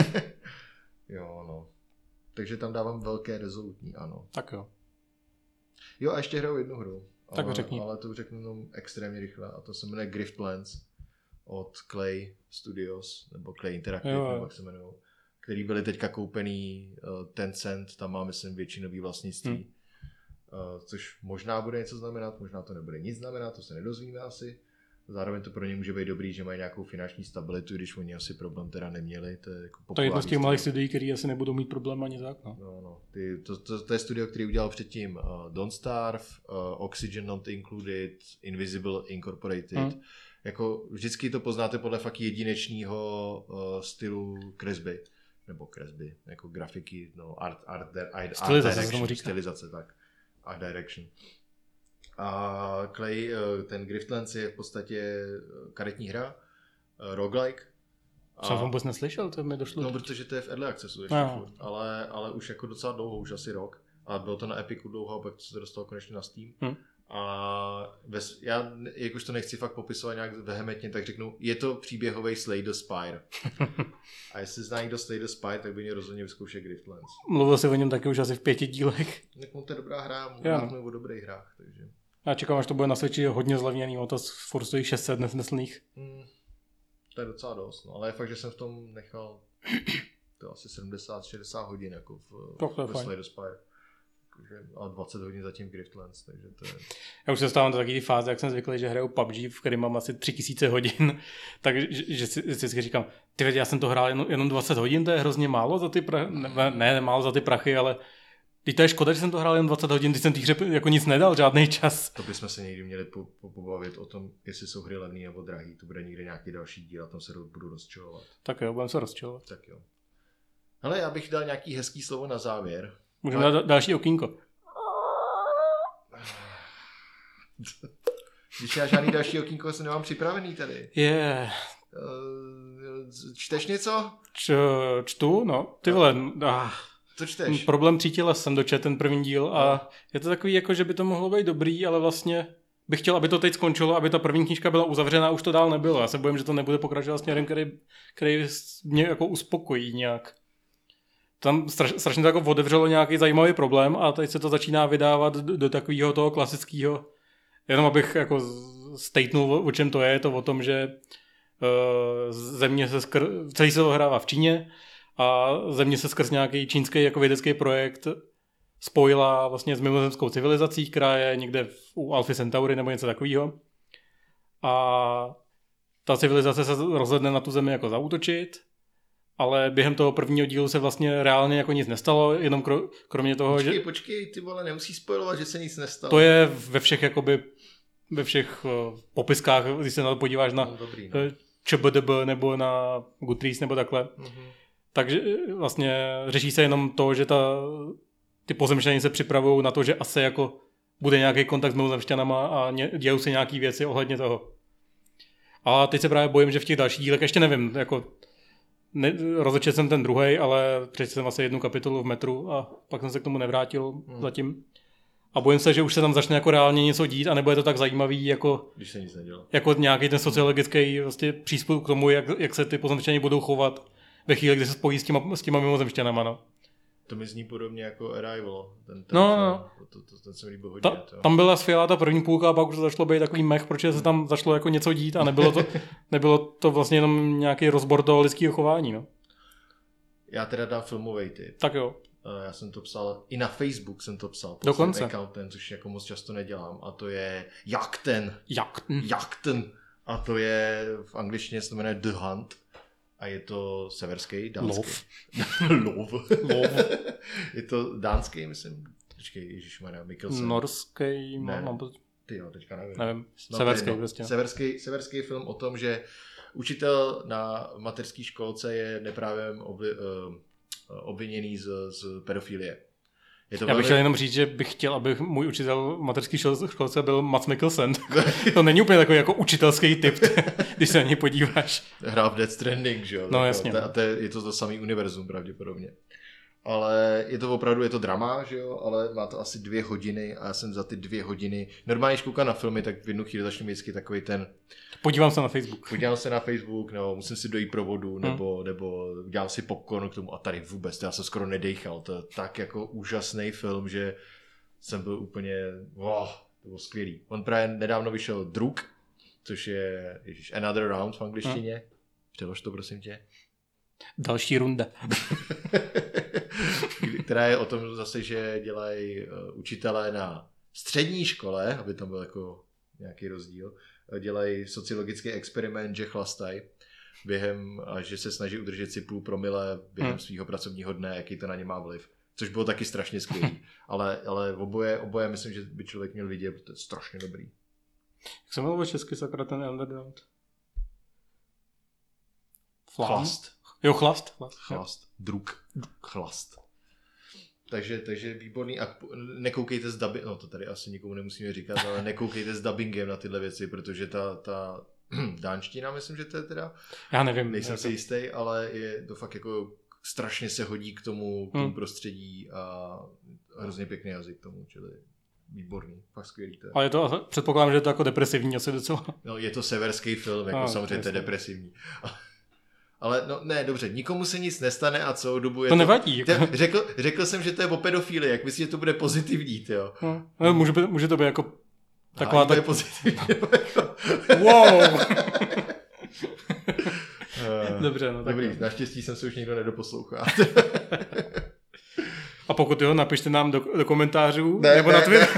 Jo, no. Takže tam dávám velké rezolutní ano. Tak jo. Jo a ještě hraju jednu hru. Tak ale, řekni. Ale to řeknu jenom extrémně rychle a to se jmenuje Griftlands od Clay Studios, nebo Clay Interactive, jo, nebo jak se jmenují, který byly teďka koupený uh, Tencent, tam má myslím většinový vlastnictví, hmm. uh, což možná bude něco znamenat, možná to nebude nic znamenat, to se nedozvíme asi. Zároveň to pro ně může být dobrý, že mají nějakou finanční stabilitu, když oni asi problém teda neměli. To je, jako to je jedno z těch malých studií, který asi nebudou mít problém ani tak. No. No, no. Ty, to, to, to je studio, který udělal předtím uh, Don't Starve, uh, Oxygen Not Included, Invisible Incorporated. Hmm. Jako vždycky to poznáte podle fakt jedinečného uh, stylu kresby. Nebo kresby, jako grafiky, no, art, art, art, art, stylizace, art direction, stylizace, tak. Art direction. A Clay, ten Griftlands je v podstatě karetní hra, roguelike. A... Jsem vůbec neslyšel, to mi došlo. No, protože to je v early accessu ještě no. furt, ale, ale už jako docela dlouho, už asi rok. A bylo to na Epicu dlouho, pak se to dostalo konečně na Steam. Hmm. A bez, já, jak už to nechci fakt popisovat nějak vehementně, tak řeknu, je to příběhový Slay the Spire. A jestli zná někdo Slay the Spire, tak by mě rozhodně vyzkoušel Griftlands. Mluvil jsi o něm taky už asi v pěti dílech. Tak to je dobrá hra, mluvím o dobrých hrách, takže... Já čekám, až to bude na Switchi hodně zlevněný, o to furt stojí šest set nesmyslných. Hmm, to je docela dost, no, ale je fakt, že jsem v tom nechal to asi sedmdesát šedesát hodin jako v, v Slay the Spire. A dvacet hodin zatím v Griftlands, takže to je... Já už se dostávám do takové fáze, jak jsem zvyklý, že hraju P U B G, v kterém mám asi tři tisíce hodin, takže že si vždycky říkám, ty vědě, já jsem to hrál jenom, jenom dvacet hodin, to je hrozně málo za ty prachy, ne, ne, málo za ty prachy, ale teď to je škoda, že jsem to hrál jen dvacet hodin, když jsem té hře jako nic nedal, žádný čas. To bychom se někdy měli po, po, pobavit o tom, jestli jsou hry levný nebo drahý, to bude někde nějaký další díl a tam se budu rozčilovat. Tak jo, budeme se rozčilovat. Tak jo. Hele, já bych dal nějaký hezký slovo na závěr. Můžeme ale... dát další okýnko. Když já žádný další okýnko se nemám připravený tady. Je. Yeah. Čteš něco? Č, čtu, no. Ty vole, ah. Co čteš? Problém Třítila jsem dočet ten první díl a je to takový, jako, že by to mohlo být dobrý, ale vlastně bych chtěl, aby to teď skončilo, aby ta první knížka byla uzavřená a už to dál nebylo. Já se bojím, že to nebude pokračovat směrem, který, který mě jako uspokojí nějak. Tam straš, strašně to jako otevřelo nějaký zajímavý problém a teď se to začíná vydávat do, do takového toho klasického. Jenom abych jako statenul, o čem to je, je to o tom, že uh, země se skr... celý se to hrává v Číně a země se skrz nějaký čínský jako vědecký projekt spojila vlastně s mimozemskou civilizací, která je někde v, u Alphy Centauri nebo něco takového. A ta civilizace se rozhodne na tu zemi jako zaútočit ale během toho prvního dílu se vlastně reálně jako nic nestalo, jenom kro, kromě toho, počkej, že... Počkej, ty vole, nemusí spoilovat, že se nic nestalo. To je ve všech jakoby, ve všech uh, popiskách, když se na to podíváš na no, dobrý, no. ČBDB nebo na Goodreads nebo takhle. Mm-hmm. Takže vlastně řeší se jenom to, že ta, ty pozemšťany se připravují na to, že asi jako bude nějaký kontakt s mimozemšťanama a ně, dějou se nějaký věci ohledně toho. A teď se právě bojím, že v těch dalších dílech, ještě nevím, jako ne, rozečetl jsem ten druhej, ale přečetl jsem asi jednu kapitolu v metru a pak jsem se k tomu nevrátil hmm. zatím. A bojím se, že už se tam začne jako reálně něco dít a nebude to tak zajímavý jako, když se nic nedělá. Jako nějaký ten sociologický vlastně přístup k tomu, jak, jak se ty pozemšťani budou chovat ve chvíli, kdy se spojí s těma, s těma mimozemšťanama. No. To mi zní podobně jako Arrival. Ten, ten, no, no. To, to, ten se mi líbil hodně. Ta, tam byla skvělá ta první půlka a pak už to začalo být takový mech, protože se tam začalo jako něco dít a nebylo to, nebylo to vlastně jenom nějaký rozbor toho lidského chování. No. Já teda dám filmovej tip. Tak jo. Já jsem to psal, i na Facebook jsem to psal. Dokonce. Accountem, což jako moc často nedělám. A to je Jakten. Jakten. Jakten. A to je v angličtině se to jmenuje The Hunt. A je to severský, dánský. Lov. Lov. Je to dánský, myslím. Počkej, ježišmarja, Mikkelsen. Norský, ne, mám... Ty jo, teďka nevím. Nevím, no, severský no, prostě. Severský, severský film o tom, že učitel na mateřské školce je neprávem obli, uh, obviněný z, z pedofilie. Je to Já bych velmi... chtěl jenom říct, že bych chtěl, aby můj učitel v mateřské školce byl Mads Mikkelsen. To není úplně takový jako učitelský typ, když se na něj podíváš. Hrál v Death Stranding, že jo? No jasně. A to je to to samý univerzum pravděpodobně. Ale je to opravdu, je to drama, že jo, ale má to asi dvě hodiny a já jsem za ty dvě hodiny, normálně když koukám na filmy, tak v jednu chvíli začnu vždycky takový ten... Podívám se na Facebook. Podívám se na Facebook, nebo musím si dojít pro vodu, nebo, hmm. nebo dělám si popcorn k tomu a tady vůbec, to já jsem skoro nedejchal, to je tak jako úžasný film, že jsem byl úplně, wow, to bylo skvělý. On právě nedávno vyšel Druk, což je, ježiš, Another Round v angličtině, hmm. přelož to prosím tě. Další runda. Která je o tom zase, že dělají učitelé na střední škole, aby tam byl jako nějaký rozdíl, dělají sociologický experiment, že chlastají během a že se snaží udržet si půl promile během hmm. svého pracovního dne, jaký to na ně má vliv. Což bylo taky strašně skvělý. ale, ale oboje, oboje myslím, že by člověk měl vidět, protože to je strašně dobrý. Jak se mluvil česky sakra ten Underground? Chlast. Jo, chlast. Chlast. Chlast. Druk. Chlast. Takže, takže výborný. A nekoukejte s dubbingem, no to tady asi nikomu nemusíme říkat, ale nekoukejte s dubbingem na tyhle věci, protože ta, ta dánština, myslím, že to je teda... Já nevím. Nejsem si jistý, ale je to fakt jako strašně se hodí k tomu, k tomu hmm. prostředí a hrozně pěkný jazyk k tomu, čili výborný, fakt skvělý. To je. Ale je to, předpokládám, že je to jako depresivní asi docela. No, je to severský film, jako no, samozřejmě to je depresivní. Ale no ne, dobře, nikomu se nic nestane a celou dobu je to... To nevadí. Jako... Řekl, řekl jsem, že to je o pedofílii, jak myslíš, že to bude pozitivní, tyjo? No, no, může, být, může to být jako taková... Tak... je pozitivní. Wow! Dobře, no tak... Dobrý, naštěstí jsem se už někdo nedoposlouchal. A pokud jo, napište nám do, do komentářů, ne, nebo ne, na Twitter.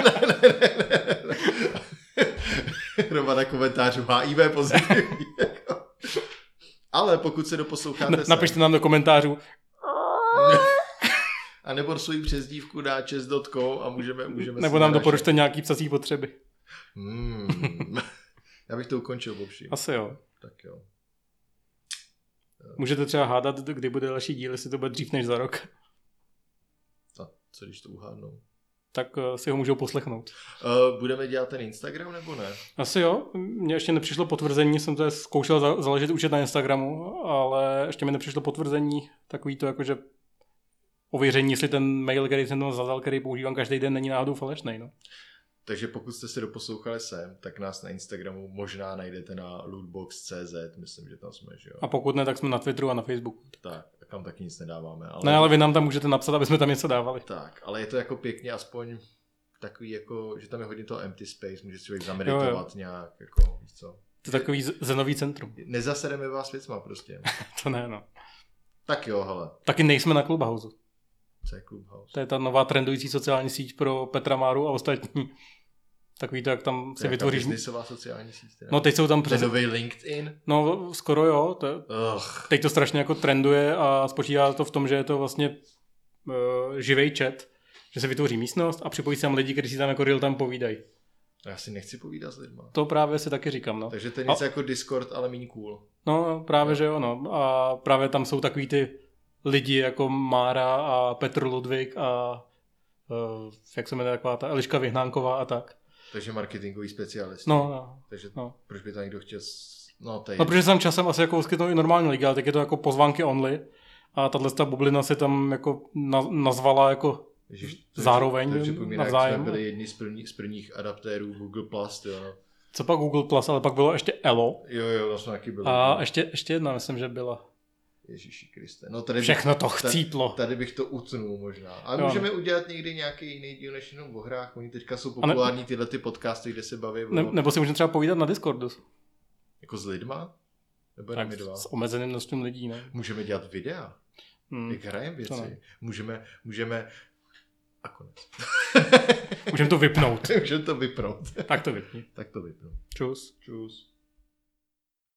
Nebo na komentářů H I V pozitivní. Ale pokud se doposloucháte Na, napište nám do komentářů. A nebo svůj přezdívku dá čes tečka com a můžeme... můžeme nebo nám doporučte nějaký psací potřeby. Hmm. Já bych to ukončil, Bobši. Asi jo. Tak jo. Můžete třeba hádat, kdy bude další díl, jestli to bude dřív než za rok. A co když to uhádnou? Tak uh, si ho můžou poslechnout. Uh, budeme dělat ten Instagram nebo ne? Asi jo. Mně ještě nepřišlo potvrzení, jsem to zkoušel za- založit účet na Instagramu, ale ještě mi nepřišlo potvrzení, takový to jakože ověření, jestli ten mail, který jsem tam zadal, který používám každý den, není náhodou falešnej. No. Takže pokud jste se doposlouchali sem, tak nás na Instagramu možná najdete na lootbox tečka cé zet, myslím, že tam jsme, že jo? A pokud ne, tak jsme na Twitteru a na Facebooku. Tak, tam taky nic nedáváme. Ale... Ne, ale vy nám tam můžete napsat, aby jsme tam něco dávali. Tak, ale je to jako pěkně aspoň takový jako, že tam je hodně toho empty space, může si člověk zameditovat nějak, jako, víš co. To je takový zenový centrum. Nezasedeme vás věcma prostě. To ne, no. Tak jo, hele. Taky nejsme na Clubhouse. Co je Clubhouse? To je ta nová trendující sociální síť pro Petra Máru a ostatní. Takový to, jak tam si To je vytvoříš... biznisová sociální síť. Teda. No teď jsou tam To je přes... nový LinkedIn. No skoro jo. To... Ugh. Teď to strašně jako trenduje a spočívá to v tom, že je to vlastně uh, živej chat, že se vytvoří místnost a připojí se tam lidi, kteří si tam jako real time povídají. Já si nechci povídat s lidma. To právě si taky říkám, no. Takže to je něco a... jako Discord, ale méně cool. No právě, no. že jo, no. A právě tam jsou takový ty lidi jako Mára a Petr Ludvík a uh, jak se jmenuje taková ta Eliška Vyhnánková a tak. Takže marketingový specialisti. No, no. Takže no. proč by to někdo chtěl... S... No, tady... no, protože jsem časem asi jako vyskytnou i normální lidi, ale tak je to jako pozvánky only. A tahle ta bublina se tam jako na, nazvala jako Ježiš, to zároveň to připomíná, navzájem. Jak jsme byli jedni z prvních, z prvních adaptérů Google Plus, jo. No. Co pak Google Plus, ale pak bylo ještě Elo. Jo, jo, to jsme taky byli. A no. ještě, ještě jedna, myslím, že byla. Ježíši Kriste. No tady všechno bych, to chcíplo. Tady, tady bych to utnul možná. Ale jo. můžeme udělat někdy nějaký jiný díl než jenom o hrách. Oni teďka jsou populární tyhle ty podcasty, kde se baví. Ne, o... Nebo si můžeme třeba povídat na Discordu. Jako s lidma? Nebo tak dva? S omezeným množstvím lidí, ne? Můžeme dělat videa. Hmm. Jak hrajeme věci. Můžeme, můžeme... A konec. Můžeme to vypnout. Můžeme to vypnout. Tak to vypni. Tak to vypnu. Čus. Čus.